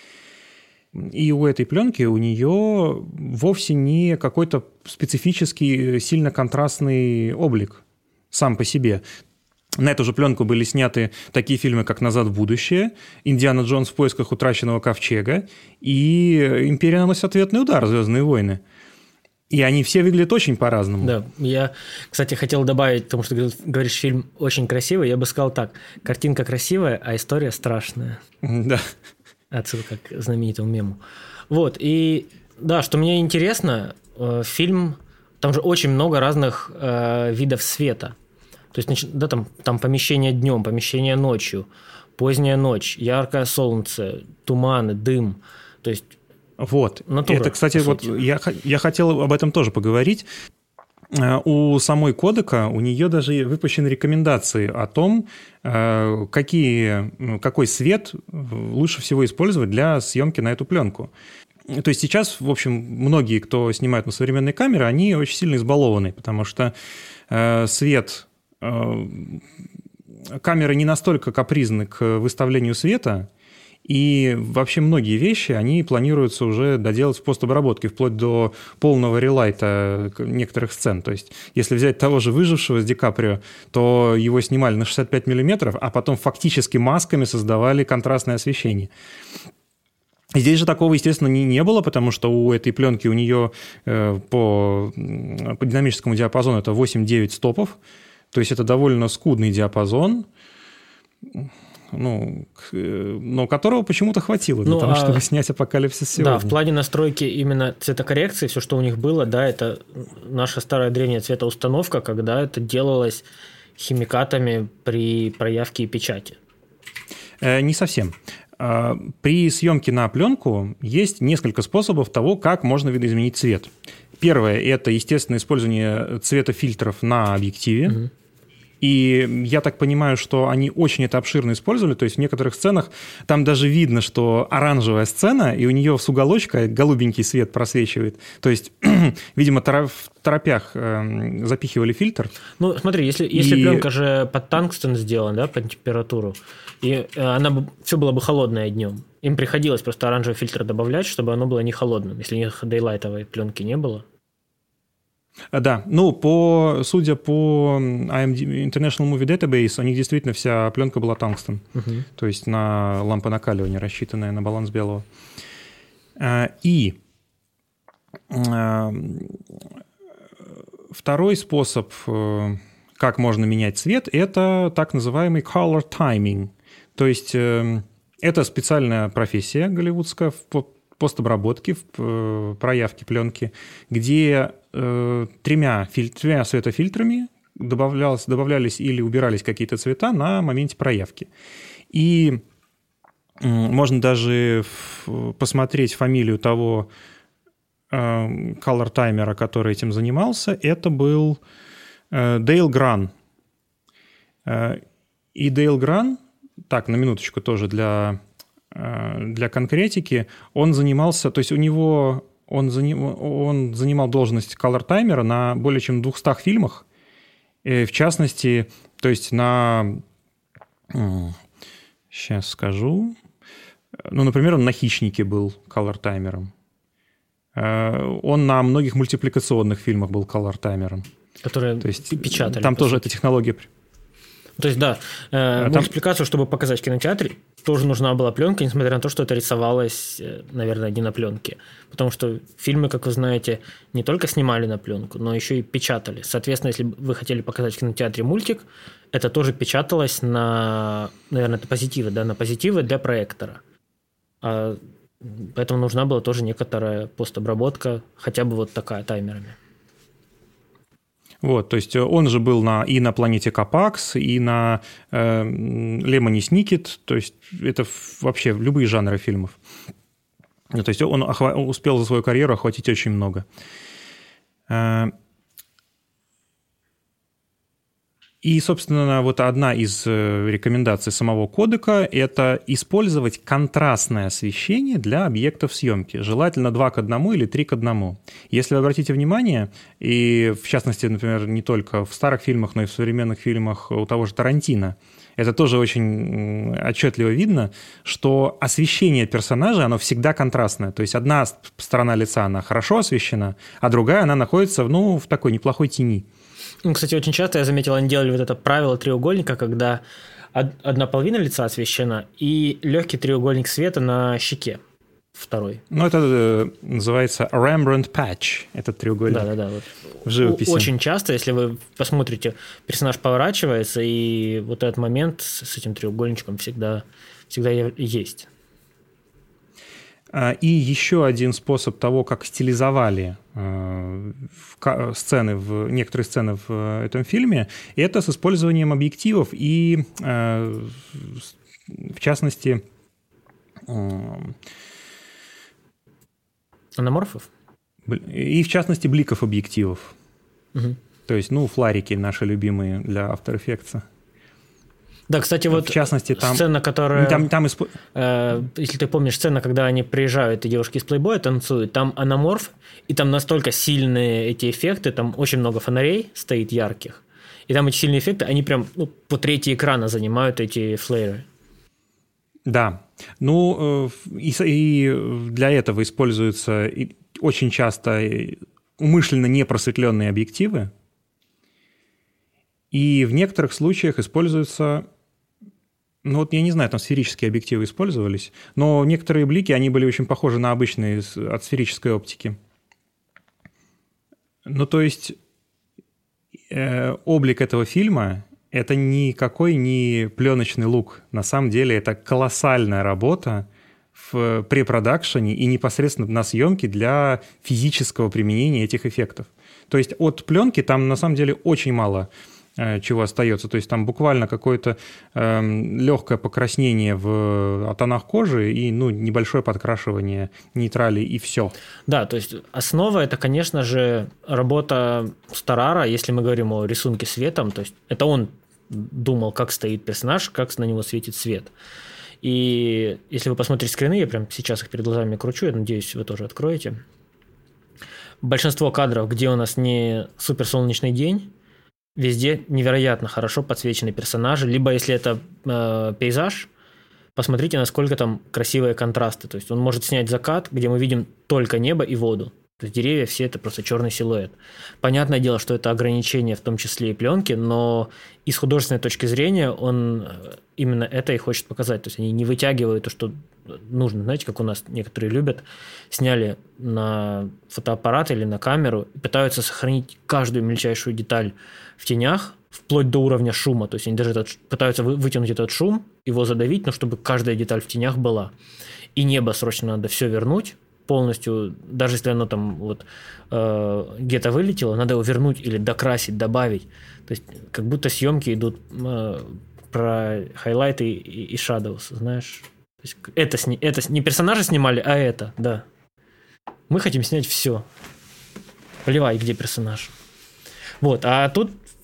И у этой пленки у нее вовсе не какой-то специфический, сильно контрастный облик сам по себе. На эту же пленку были сняты такие фильмы, как «Назад в будущее», «Индиана Джонс в поисках утраченного ковчега» и «Империя наносит ответный удар. Звездные войны». И они все выглядят очень по-разному. Да, я, кстати, хотел добавить, потому что говоришь, фильм очень красивый, я бы сказал так: картинка красивая, а история страшная. Да. Отсылка к знаменитому мему. Вот, и да, что мне интересно, фильм, там же очень много разных э, видов света. То есть, да, там, там помещение днем, помещение ночью, поздняя ночь, яркое солнце, туманы, дым. То есть вот. натура, это, кстати, вот я, я хотел об этом тоже поговорить. У самой Kodak, у нее даже выпущены рекомендации о том, какие, какой свет лучше всего использовать для съемки на эту пленку. То есть сейчас, в общем, многие, кто снимают на современные камеры, они очень сильно избалованы, потому что свет... Камеры не настолько капризны к выставлению света, и вообще многие вещи, они планируются уже доделать в постобработке, вплоть до полного релайта некоторых сцен. То есть, если взять того же «Выжившего» с Ди Каприо, то его снимали на шестьдесят пять миллиметров, а потом фактически масками создавали контрастное освещение. Здесь же такого, естественно, не, не было, потому что у этой пленки у нее э, по, по динамическому диапазону это восемь-девять стопов, то есть это довольно скудный диапазон, ну, но которого почему-то хватило для ну, того, а... чтобы снять «Апокалипсис сегодня». Да, в плане настройки именно цветокоррекции, все, что у них было, да, это наша старая древняя цветоустановка, когда это делалось химикатами при проявке и печати. Э, не совсем. При съемке на пленку есть несколько способов того, как можно видоизменить цвет. Первое – это, естественно, использование цветофильтров на объективе. Угу. И я так понимаю, что они очень это обширно использовали. То есть в некоторых сценах там даже видно, что оранжевая сцена, и у нее с уголочка голубенький свет просвечивает. То есть, видимо, в торопях э, запихивали фильтр. Ну, смотри, если, если и... пленка же под тангстен сделана, да, под температуру, и она бы, все было бы холодное днем. Им приходилось просто оранжевый фильтр добавлять, чтобы оно было не холодным, если у них дейлайтовой пленки не было. Да, ну, по, судя по ай эм ди би, International Movie Database, у них действительно вся пленка была тангстен, uh-huh. то есть на лампы накаливания, рассчитанная на баланс белого. И второй способ, как можно менять цвет, это так называемый color timing, то есть это специальная профессия голливудская в постобработке, в проявке пленки, где э, тремя, филь, тремя светофильтрами добавлялось, добавлялись или убирались какие-то цвета на моменте проявки. И э, можно даже в, посмотреть фамилию того э, колор-таймера, который этим занимался. Это был э, Дейл Гран. Э, и Дейл Гран, так, на минуточку тоже для... для конкретики, он занимался, то есть у него, он, заним, он занимал должность колор-таймера на более чем двухстах фильмах, в частности, то есть на, сейчас скажу, ну, например, он на «Хищнике» был колор-таймером. Он на многих мультипликационных фильмах был колор-таймером. Которые то есть, печатали. Там тоже эта технология... То есть, да, э, там... мультипликацию, чтобы показать в кинотеатре, тоже нужна была пленка, несмотря на то, что это рисовалось, наверное, не на пленке. Потому что фильмы, как вы знаете, не только снимали на пленку, но еще и печатали. Соответственно, если вы хотели показать в кинотеатре мультик, это тоже печаталось на, наверное, это позитивы, да, на позитивы для проектора. А, поэтому нужна была тоже некоторая постобработка, хотя бы вот такая, таймерами. Вот, то есть он же был на, и на «Планете Капакс», и на э, «Лемони Сникет», то есть это вообще любые жанры фильмов. То есть он охва- успел за свою карьеру охватить очень много. И, собственно, вот одна из рекомендаций самого кодека – это использовать контрастное освещение для объектов съемки. Желательно два к одному или три к одному. Если вы обратите внимание, и в частности, например, не только в старых фильмах, но и в современных фильмах у того же Тарантино, это тоже очень отчетливо видно, что освещение персонажа, оно всегда контрастное. То есть одна сторона лица, она хорошо освещена, а другая, она находится, ну, в такой неплохой тени. Ну, кстати, очень часто я заметил, они делали вот это правило треугольника, когда одна половина лица освещена и легкий треугольник света на щеке второй. Ну, это э, называется Rembrandt Patch, этот треугольник. Да-да-да. Вот. В живописи. Очень часто, если вы посмотрите, персонаж поворачивается, и вот этот момент с этим треугольничком всегда, всегда есть. И еще один способ того, как стилизовали сцены, в, некоторые сцены в этом фильме, это с использованием объективов и, в частности... Анаморфов? И, в частности, бликов объективов. Угу. То есть, ну, фларики наши любимые для After Effects. Да, кстати, вот в частности, там, сцена, которая... Там, там исп... э, если ты помнишь, сцена, когда они приезжают, и девушки из плейбоя танцуют, там анаморф, и там настолько сильные эти эффекты, там очень много фонарей стоит ярких, и там эти сильные эффекты, они прям ну, по трети экрана занимают эти флееры. Да. Ну, и, и для этого используются очень часто умышленно непросветленные объективы, и в некоторых случаях используются... Ну вот я не знаю, там сферические объективы использовались, но некоторые блики, они были очень похожи на обычные от сферической оптики. Ну то есть э, облик этого фильма – это никакой не пленочный лук. На самом деле это колоссальная работа в препродакшене и непосредственно на съемке для физического применения этих эффектов. То есть от пленки там на самом деле очень мало чего остается. То есть там буквально какое-то э, легкое покраснение в тонах кожи и ну, небольшое подкрашивание нейтралей, и все. Да, то есть основа – это, конечно же, работа Старара, если мы говорим о рисунке светом. То есть это он думал, как стоит персонаж, как на него светит свет. И если вы посмотрите скрины, я прямо сейчас их перед глазами кручу, я надеюсь, вы тоже откроете. Большинство кадров, где у нас не суперсолнечный день, везде невероятно хорошо подсвечены персонажи. Либо если это э, пейзаж, посмотрите, насколько там красивые контрасты. То есть он может снять закат, где мы видим только небо и воду. То есть деревья, все это просто черный силуэт. Понятное дело, что это ограничение, в том числе и пленки, но и с художественной точки зрения он именно это и хочет показать. То есть они не вытягивают то, что нужно. Знаете, как у нас некоторые любят, сняли на фотоаппарат или на камеру и пытаются сохранить каждую мельчайшую деталь в тенях, вплоть до уровня шума. То есть они даже этот, пытаются вытянуть этот шум, его задавить, но чтобы каждая деталь в тенях была. И небо срочно надо все вернуть полностью, даже если оно там вот э, где-то вылетело, надо его вернуть или докрасить, добавить. То есть как будто съемки идут э, про хайлайты и, и shadows, знаешь. То есть это, сни, это не персонажи снимали, а это, да. Мы хотим снять все. Плевай, где персонаж. Вот, а тут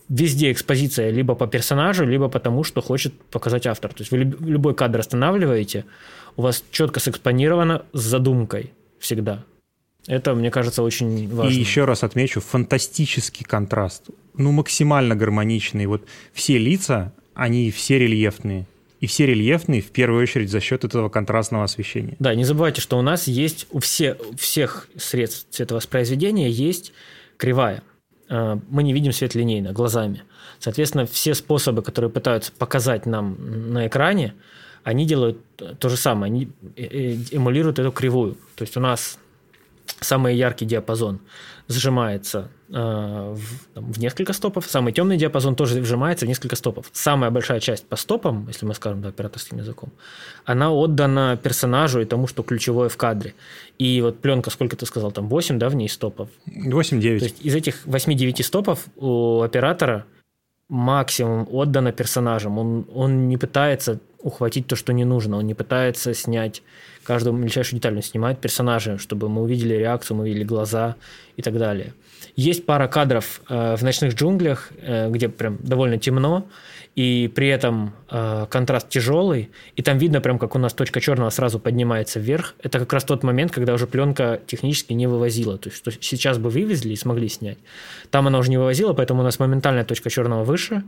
везде экспозиция либо по персонажу, либо потому, что хочет показать автор. То есть вы любой кадр останавливаете, у вас четко сэкспонировано с задумкой всегда. Это, мне кажется, очень важно. И еще раз отмечу, фантастический контраст. Ну, максимально гармоничный. Вот все лица, они все рельефные. И все рельефные, в первую очередь, за счет этого контрастного освещения. Да, не забывайте, что у нас есть, у, все, у всех средств цветовоспроизведения есть кривая. Мы не видим свет линейно, глазами. Соответственно, все способы, которые пытаются показать нам на экране, они делают то же самое. Они эмулируют эту кривую. То есть у нас самый яркий диапазон сжимается э, в, там, в несколько стопов, самый темный диапазон тоже сжимается в несколько стопов. Самая большая часть по стопам, если мы скажем да, операторским языком, она отдана персонажу и тому, что ключевое в кадре. И вот пленка, сколько ты сказал, там восемь, да, в ней стопов? восемь-девять. То есть из этих восьми-девяти стопов у оператора максимум отдано персонажам. Он, он не пытается ухватить то, что не нужно, он не пытается снять каждую мельчайшую деталь, он снимает персонажа, чтобы мы увидели реакцию, мы увидели глаза и так далее. Есть пара кадров э, в «Ночных джунглях», э, где прям довольно темно, и при этом э, контраст тяжелый, и там видно прям, как у нас точка черного сразу поднимается вверх. Это как раз тот момент, когда уже пленка технически не вывозила. То есть, что сейчас бы вывезли и смогли снять. Там она уже не вывозила, поэтому у нас моментальная точка черного выше,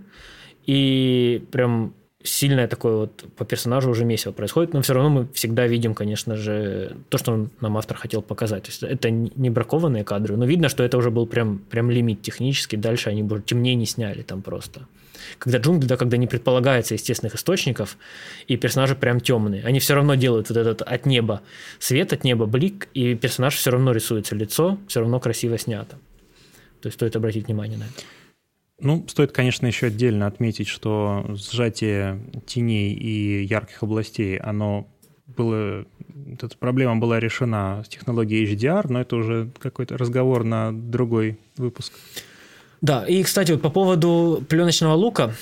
и прям сильное такое вот по персонажу уже месиво происходит, но все равно мы всегда видим, конечно же, то, что нам автор хотел показать. То есть это не бракованные кадры, но видно, что это уже был прям, прям лимит технический, дальше они бы темнее не сняли там просто. Когда джунгли, да, когда не предполагается естественных источников, и персонажи прям темные, они все равно делают вот этот от неба свет, от неба блик, и персонаж все равно рисуется лицо, все равно красиво снято. То есть стоит обратить внимание на это. Ну, стоит, конечно, еще отдельно отметить, что сжатие теней и ярких областей, оно было, эта проблема была решена с технологией эйч ди ар, но это уже какой-то разговор на другой выпуск. Да, и, кстати, вот по поводу пленочного лука,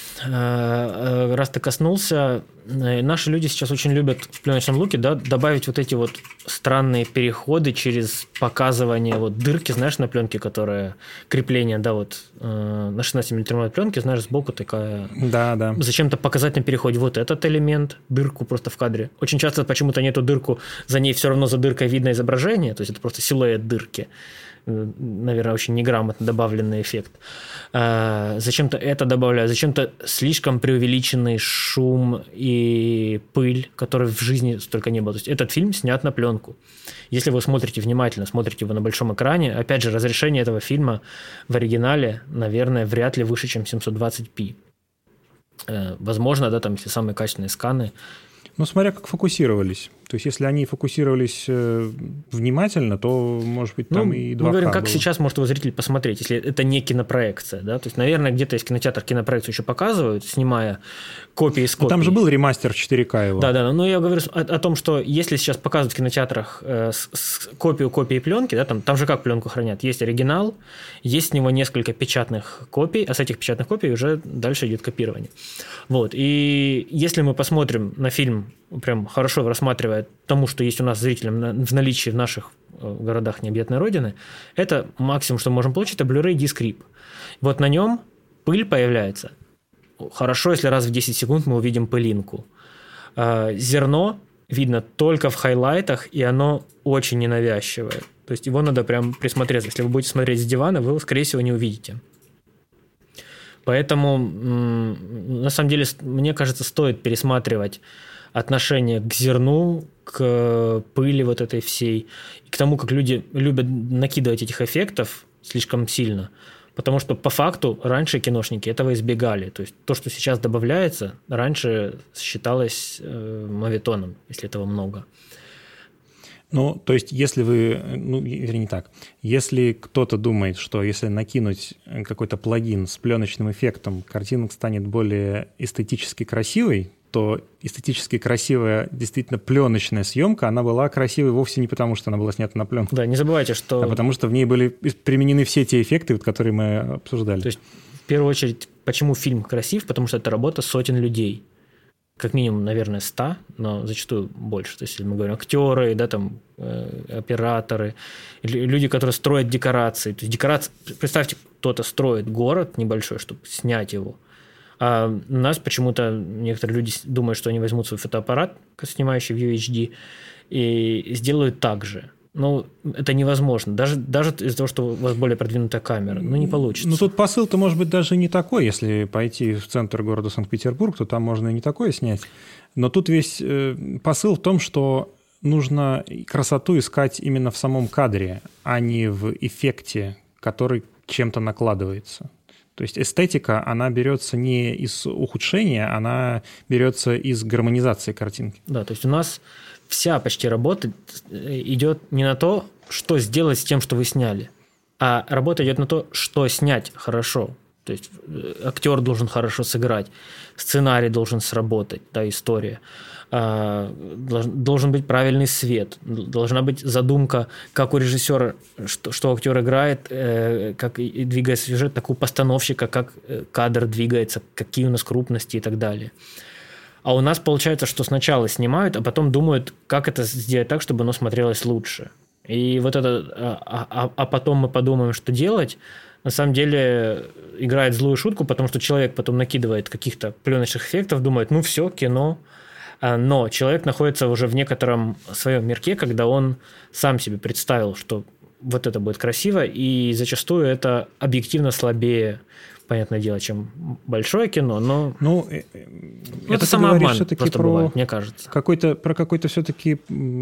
раз ты коснулся, наши люди сейчас очень любят в пленочном луке, да, добавить вот эти вот странные переходы через показывание вот дырки, знаешь, на пленке, которая крепление, да, вот на шестнадцатимиллиметровой пленке, знаешь, сбоку такая. Да, да. Зачем-то показать на переходе вот этот элемент, дырку просто в кадре. Очень часто почему-то не эту дырку, за ней все равно за дыркой видно изображение, то есть это просто силуэт дырки. Наверное, очень неграмотно добавленный эффект. А, зачем-то это добавляют, зачем-то слишком преувеличенный шум и пыль, которой в жизни столько не было. То есть этот фильм снят на пленку. Если вы смотрите внимательно, смотрите его на большом экране, опять же, разрешение этого фильма в оригинале, наверное, вряд ли выше, чем семьсот двадцать пи. А, возможно, да, там, если самые качественные сканы. Ну, смотря как фокусировались. То есть, если они фокусировались э, внимательно, то, может быть, там ну, и два ка мы говорим, как было. сейчас может его зритель посмотреть, если это не кинопроекция. Да? То есть, наверное, где-то есть кинотеатр, кинопроекцию еще показывают, снимая копии из копий. Ну, там же был ремастер четыре ка его. Да-да, но я говорю о, о том, что если сейчас показывают в кинотеатрах э, с, с копию копии пленки, да, там, там же как пленку хранят? Есть оригинал, есть с него несколько печатных копий, а с этих печатных копий уже дальше идет копирование. Вот. И если мы посмотрим на фильм, прям хорошо рассматривая тому, что есть у нас зрителям в наличии в наших городах необъятной родины, это максимум, что мы можем получить, это Blu-ray диск рип. Вот на нем пыль появляется. Хорошо, если раз в десять секунд мы увидим пылинку. Зерно видно только в хайлайтах, и оно очень ненавязчивое. То есть его надо прям присмотреться. Если вы будете смотреть с дивана, вы его, скорее всего, не увидите. Поэтому, на самом деле, мне кажется, стоит пересматривать отношение к зерну, к пыли вот этой всей, и к тому, как люди любят накидывать этих эффектов слишком сильно. Потому что по факту раньше киношники этого избегали. То есть то, что сейчас добавляется, раньше считалось э, моветоном, если этого много. Ну, то есть, если вы, ну, вернее, не так, если кто-то думает, что если накинуть какой-то плагин с пленочным эффектом, картинка станет более эстетически красивой, то эстетически красивая, действительно пленочная съемка, она была красивой вовсе не потому, что она была снята на пленку. Да, не забывайте, что... А потому что в ней были применены все те эффекты, которые мы обсуждали. То есть, в первую очередь, почему фильм красив? Потому что это работа сотен людей. как минимум, наверное, сто, но зачастую больше. То есть, если мы говорим актеры, да, там, э, операторы, люди, которые строят декорации. То есть декорации, представьте, кто-то строит город небольшой, чтобы снять его. А у нас почему-то некоторые люди думают, что они возьмут свой фотоаппарат, снимающий в ю эйч ди, и сделают так же. Ну, это невозможно. Даже, даже из-за того, что у вас более продвинутая камера. Ну, не получится. Ну, тут посыл-то может быть даже не такой. Если пойти в центр города Санкт-Петербург, то там можно и не такое снять. Но тут весь посыл в том, что нужно красоту искать именно в самом кадре, а не в эффекте, который чем-то накладывается. То есть эстетика, она берется не из ухудшения, она берется из гармонизации картинки. Да, то есть у нас вся почти работа идет не на то, что сделать с тем, что вы сняли, а работа идет на то, что снять хорошо. То есть актер должен хорошо сыграть, сценарий должен сработать, да, история. Должен быть правильный свет, должна быть задумка, как у режиссера, что, что актер играет, как двигается сюжет, так у постановщика, как кадр двигается, какие у нас крупности и так далее. А у нас получается, что сначала снимают, а потом думают, как это сделать так, чтобы оно смотрелось лучше. И вот это, а, а, а потом мы подумаем, что делать, на самом деле играет злую шутку, потому что человек потом накидывает каких-то пленочных эффектов, думает, ну все, кино. Но человек находится уже в некотором своем мирке, когда он сам себе представил, что вот это будет красиво, и зачастую это объективно слабее, понятное дело, чем большое кино, но ну, это, это самообман просто про бывает, мне кажется. Какой-то, про какой-то все-таки,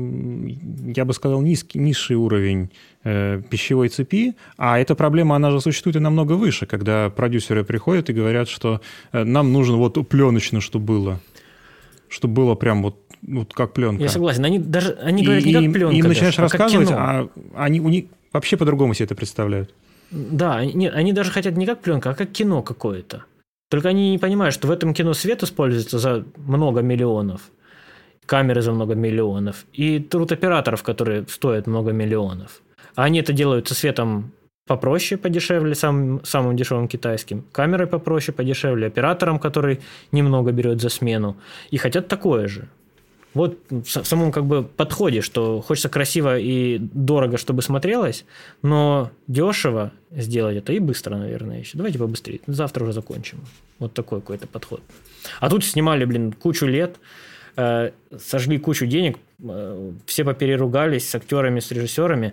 я бы сказал, низкий, низший уровень э, пищевой цепи, а эта проблема, она же существует и намного выше, когда продюсеры приходят и говорят, что э, нам нужно вот пленочно, что было. Чтобы было прям вот, вот как пленка. Я согласен. Они даже они говорят и, не как пленка. И им начинаешь даже, рассказывать, а, а они у них вообще по-другому себе это представляют. Да, нет, они даже хотят не как пленка, а как кино какое-то. Только они не понимают, что в этом кино свет используется за много миллионов, камеры за много миллионов, и труд операторов, которые стоят много миллионов. А они это делают со светом попроще, подешевле, самым, самым дешевым китайским, камерой попроще, подешевле, оператором, который немного берет за смену, и хотят такое же. Вот в самом как бы подходе, что хочется красиво и дорого, чтобы смотрелось, но дешево сделать это и быстро, наверное, еще. Давайте побыстрее, завтра уже закончим. Вот такой какой-то подход. А тут снимали, блин, кучу лет, э, сожгли кучу денег, э, все попереругались с актерами, с режиссерами,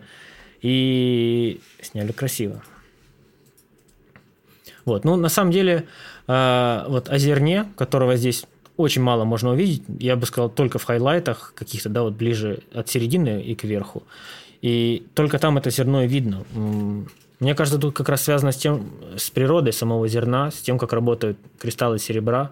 и сняли красиво. Вот. Ну, на самом деле, э, вот о зерне, которого здесь очень мало можно увидеть, я бы сказал, только в хайлайтах каких-то, да, вот ближе от середины и кверху. И только там это зерно и видно. Мне кажется, тут как раз связано с тем, с природой самого зерна, с тем, как работают кристаллы серебра.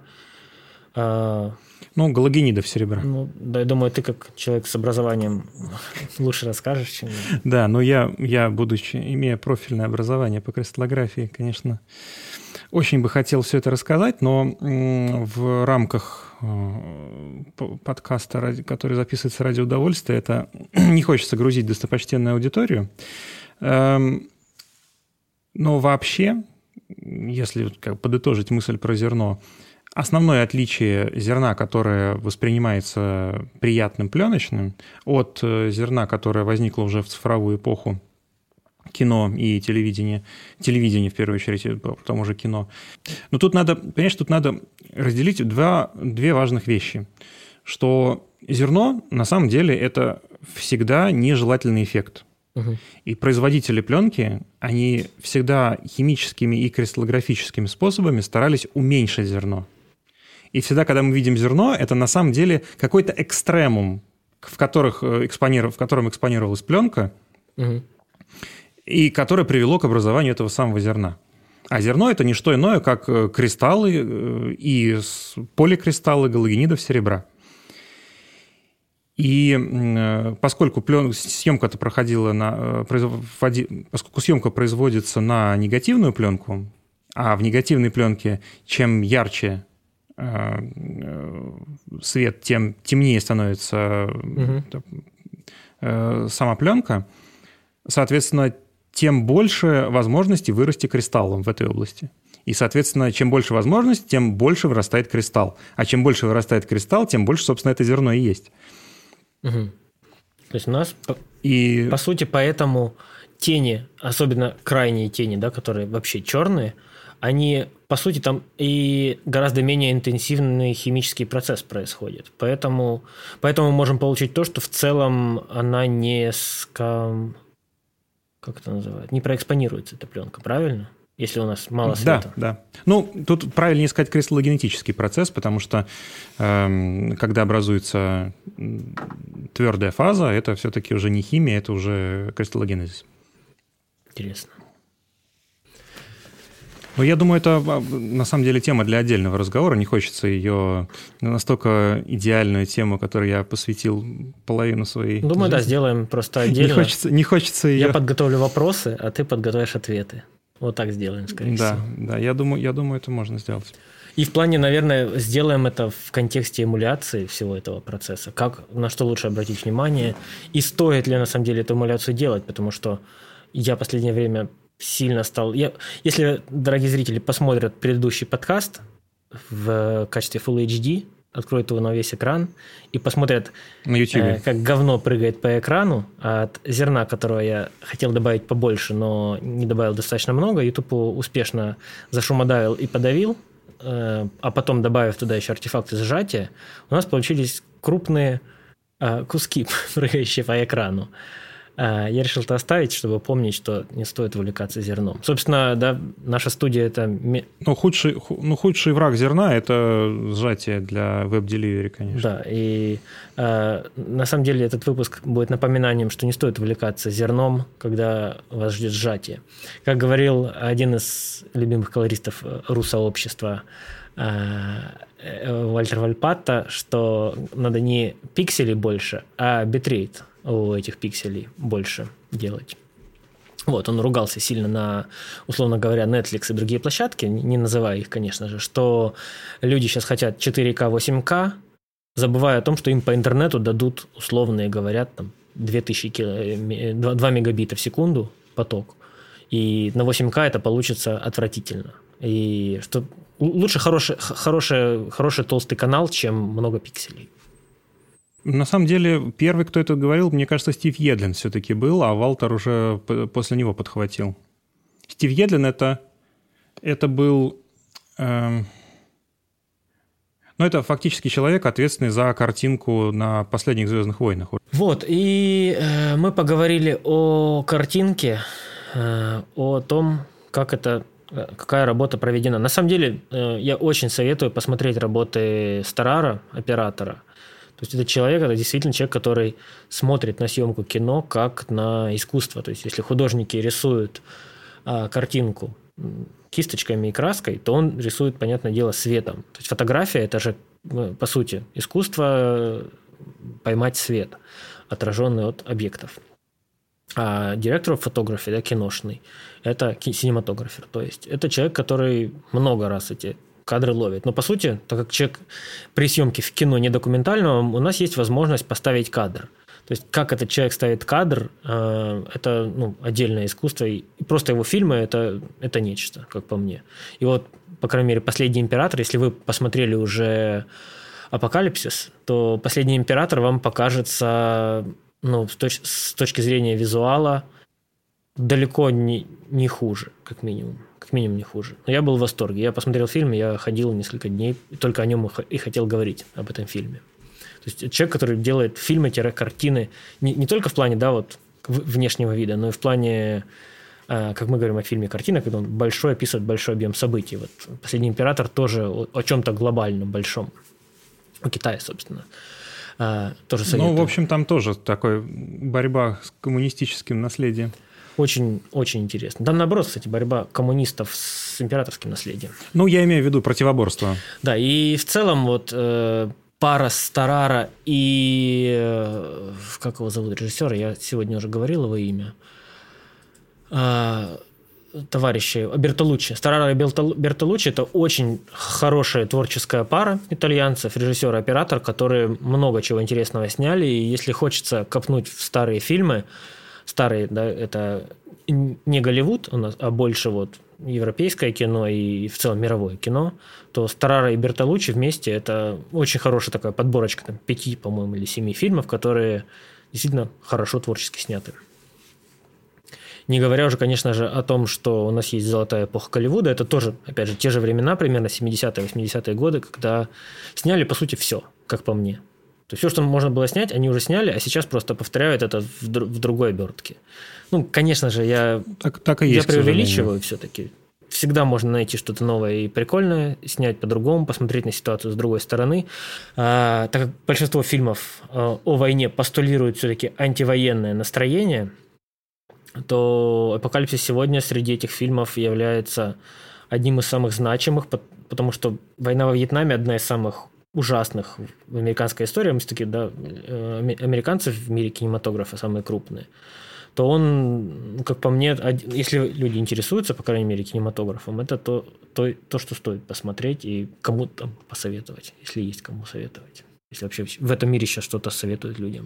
Ну, галогенидов серебра. Ну, да, я думаю, ты как человек с образованием лучше расскажешь, чем я. Да, но я, я, будучи, имея профильное образование по кристаллографии, конечно, очень бы хотел все это рассказать, но в рамках подкаста, который записывается ради удовольствия, это не хочется грузить достопочтенную аудиторию. Но вообще, если как подытожить мысль про зерно, основное отличие зерна, которое воспринимается приятным пленочным, от зерна, которое возникло уже в цифровую эпоху кино и телевидения, телевидение в первую очередь, потом уже кино. Но тут надо, понимаешь, тут надо разделить два, две важных вещи. Что зерно, на самом деле, это всегда нежелательный эффект. Угу. И производители пленки, они всегда химическими и кристаллографическими способами старались уменьшить зерно. И всегда, когда мы видим зерно, это на самом деле какой-то экстремум, в, которых экспониров... в котором экспонировалась пленка, угу. и которое привело к образованию этого самого зерна. А зерно – это не что иное, как кристаллы и поликристаллы галогенидов серебра. И поскольку плен... съемка-то проходила на... производи... поскольку съемка производится на негативную пленку, а в негативной пленке чем ярче свет, тем темнее становится угу. сама пленка, соответственно, тем больше возможностей вырасти кристаллом в этой области. И, соответственно, чем больше возможностей, тем больше вырастает кристалл. А чем больше вырастает кристалл, тем больше, собственно, это зерно и есть. Угу. То есть у нас, и... по сути, поэтому тени, особенно крайние тени, да, которые вообще черные, они, по сути, там и гораздо менее интенсивный химический процесс происходит. Поэтому, поэтому мы можем получить то, что в целом она не скам... как это называют? Не проэкспонируется эта пленка, правильно? Если у нас мало света. Да, да. Ну, тут правильнее сказать кристаллогенетический процесс, потому что э, когда образуется твердая фаза, это все-таки уже не химия, это уже кристаллогенезис. Интересно. Ну, я думаю, это на самом деле тема для отдельного разговора. Не хочется ее настолько идеальную тему, которой я посвятил половину своей Думаю, жизни. Да, сделаем просто отдельно. Не хочется, не хочется ее... Я подготовлю вопросы, а ты подготовишь ответы. Вот так сделаем, скорее да, всего. Да, я думаю, я думаю, это можно сделать. И в плане, наверное, сделаем это в контексте эмуляции всего этого процесса. Как, на что лучше обратить внимание, и стоит ли на самом деле эту эмуляцию делать, потому что я в последнее время сильно стал... Я, если, дорогие зрители, посмотрят предыдущий подкаст в качестве Full эйч ди, откроют его на весь экран и посмотрят, на YouTube. Э, как говно прыгает по экрану от зерна, которого я хотел добавить побольше, но не добавил достаточно много. YouTube успешно зашумодавил и подавил, э, а потом, добавив туда еще артефакты сжатия, у нас получились крупные э, куски, прыгающие по экрану. Я решил это оставить, чтобы помнить, что не стоит увлекаться зерном. Собственно, да, наша студия – это… Ну, худший, ну, худший враг зерна – это сжатие для веб-деливери, конечно. Да, и э, на самом деле этот выпуск будет напоминанием, что не стоит увлекаться зерном, когда вас ждет сжатие. Как говорил один из любимых колористов ру-сообщества э, Вальтер Вальпатта, что надо не пикселей больше, а битрейт у этих пикселей больше делать. Вот, он ругался сильно на, условно говоря, Netflix и другие площадки, не называя их, конечно же, что люди сейчас хотят четыре ка, восемь ка, забывая о том, что им по интернету дадут, условные говорят, там, две тысячи кило, два мегабита в секунду поток. И на восемь ка это получится отвратительно. И что лучше хороший, хороший, хороший толстый канал, чем много пикселей. На самом деле, первый, кто это говорил, мне кажется, Стив Едлин все-таки был, а Валтер уже после него подхватил. Стив Едлин это, это был... Э, ну, это фактически человек, ответственный за картинку на последних «Звездных войнах». Вот, и э, мы поговорили о картинке, э, о том, как это... какая работа проведена. На самом деле, э, я очень советую посмотреть работы Старара, оператора. То есть, это человек, это действительно человек, который смотрит на съемку кино как на искусство. То есть, если художники рисуют а, картинку кисточками и краской, то он рисует, понятное дело, светом. То есть, фотография – это же, по сути, искусство поймать свет, отраженный от объектов. А директор фотографии, да, киношный, это синематографер. То есть, это человек, который много раз эти кадры ловит. Но, по сути, так как человек при съемке в кино не документального, у нас есть возможность поставить кадр. То есть, как этот человек ставит кадр, это, ну, отдельное искусство. И просто его фильмы это, – это нечто, как по мне. И вот, по крайней мере, «Последний император», если вы посмотрели уже «Апокалипсис», то «Последний император» вам покажется, ну, с, точ- с точки зрения визуала далеко не, не хуже, как минимум. Как минимум не хуже. Но я был в восторге. Я посмотрел фильм, я ходил несколько дней, только о нем и хотел говорить, об этом фильме. То есть человек, который делает фильмы-картины не, не только в плане, да, вот, внешнего вида, но и в плане, как мы говорим о фильме «Картина», когда он большой, описывает большой объем событий. Вот «Последний император» тоже о, о чем-то глобальном, большом. О Китае, собственно. Тоже советую. Ну, в общем, там тоже такая борьба с коммунистическим наследием. Очень, очень интересно. Там, наоборот, кстати, борьба коммунистов с императорским наследием. Ну, я имею в виду противоборство. Да, и в целом вот э, пара Старара и... Э, как его зовут, режиссера? Я сегодня уже говорил его имя. Э, товарищи Бертолуччи. Старара и Бертолуччи – это очень хорошая творческая пара итальянцев, режиссер и оператор, которые много чего интересного сняли. И если хочется копнуть в старые фильмы, старые, да, это не Голливуд у нас, а больше вот европейское кино и в целом мировое кино, то Старара и Бертолуччи вместе – это очень хорошая такая подборочка там, пяти, по-моему, или семи фильмов, которые действительно хорошо творчески сняты. Не говоря уже, конечно же, о том, что у нас есть золотая эпоха Голливуда, это тоже, опять же, те же времена, примерно семидесятые, восьмидесятые годы, когда сняли, по сути, все, как по мне. То есть все, что можно было снять, они уже сняли, а сейчас просто повторяют это в, др- в другой обертке. Ну, конечно же, я, так, так и есть, я преувеличиваю все-таки. Всегда можно найти что-то новое и прикольное, снять по-другому, посмотреть на ситуацию с другой стороны. А, так как большинство фильмов а, о войне постулируют все-таки антивоенное настроение, то «Апокалипсис сегодня» среди этих фильмов является одним из самых значимых, потому что «Война во Вьетнаме» одна из самых ужасных в американской истории. Мы все-таки, да, американцы в мире кинематографа самые крупные. То он, как по мне, если люди интересуются, по крайней мере, кинематографом, это то, то, то что стоит посмотреть и кому-то посоветовать, если есть кому советовать. Если вообще в этом мире сейчас что-то советуют людям.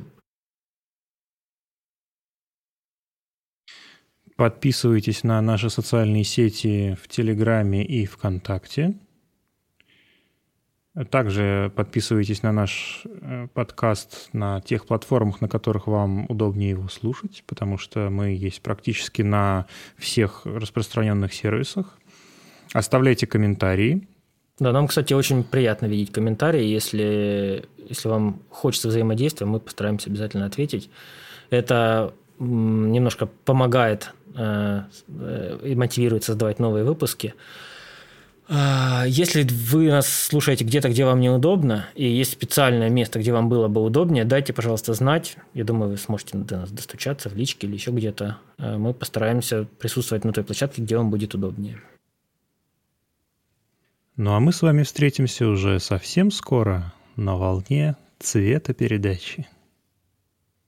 Подписывайтесь на наши социальные сети в Телеграме и ВКонтакте. Также подписывайтесь на наш подкаст на тех платформах, на которых вам удобнее его слушать, потому что мы есть практически на всех распространенных сервисах. Оставляйте комментарии. Да, нам, кстати, очень приятно видеть комментарии. Если, если вам хочется взаимодействия, мы постараемся обязательно ответить. Это немножко помогает и мотивирует создавать новые выпуски. Если вы нас слушаете где-то, где вам неудобно, и есть специальное место, где вам было бы удобнее, дайте, пожалуйста, знать. Я думаю, вы сможете до нас достучаться в личке или еще где-то. Мы постараемся присутствовать на той площадке, где вам будет удобнее. Ну а мы с вами встретимся уже совсем скоро на волне цветопередачи.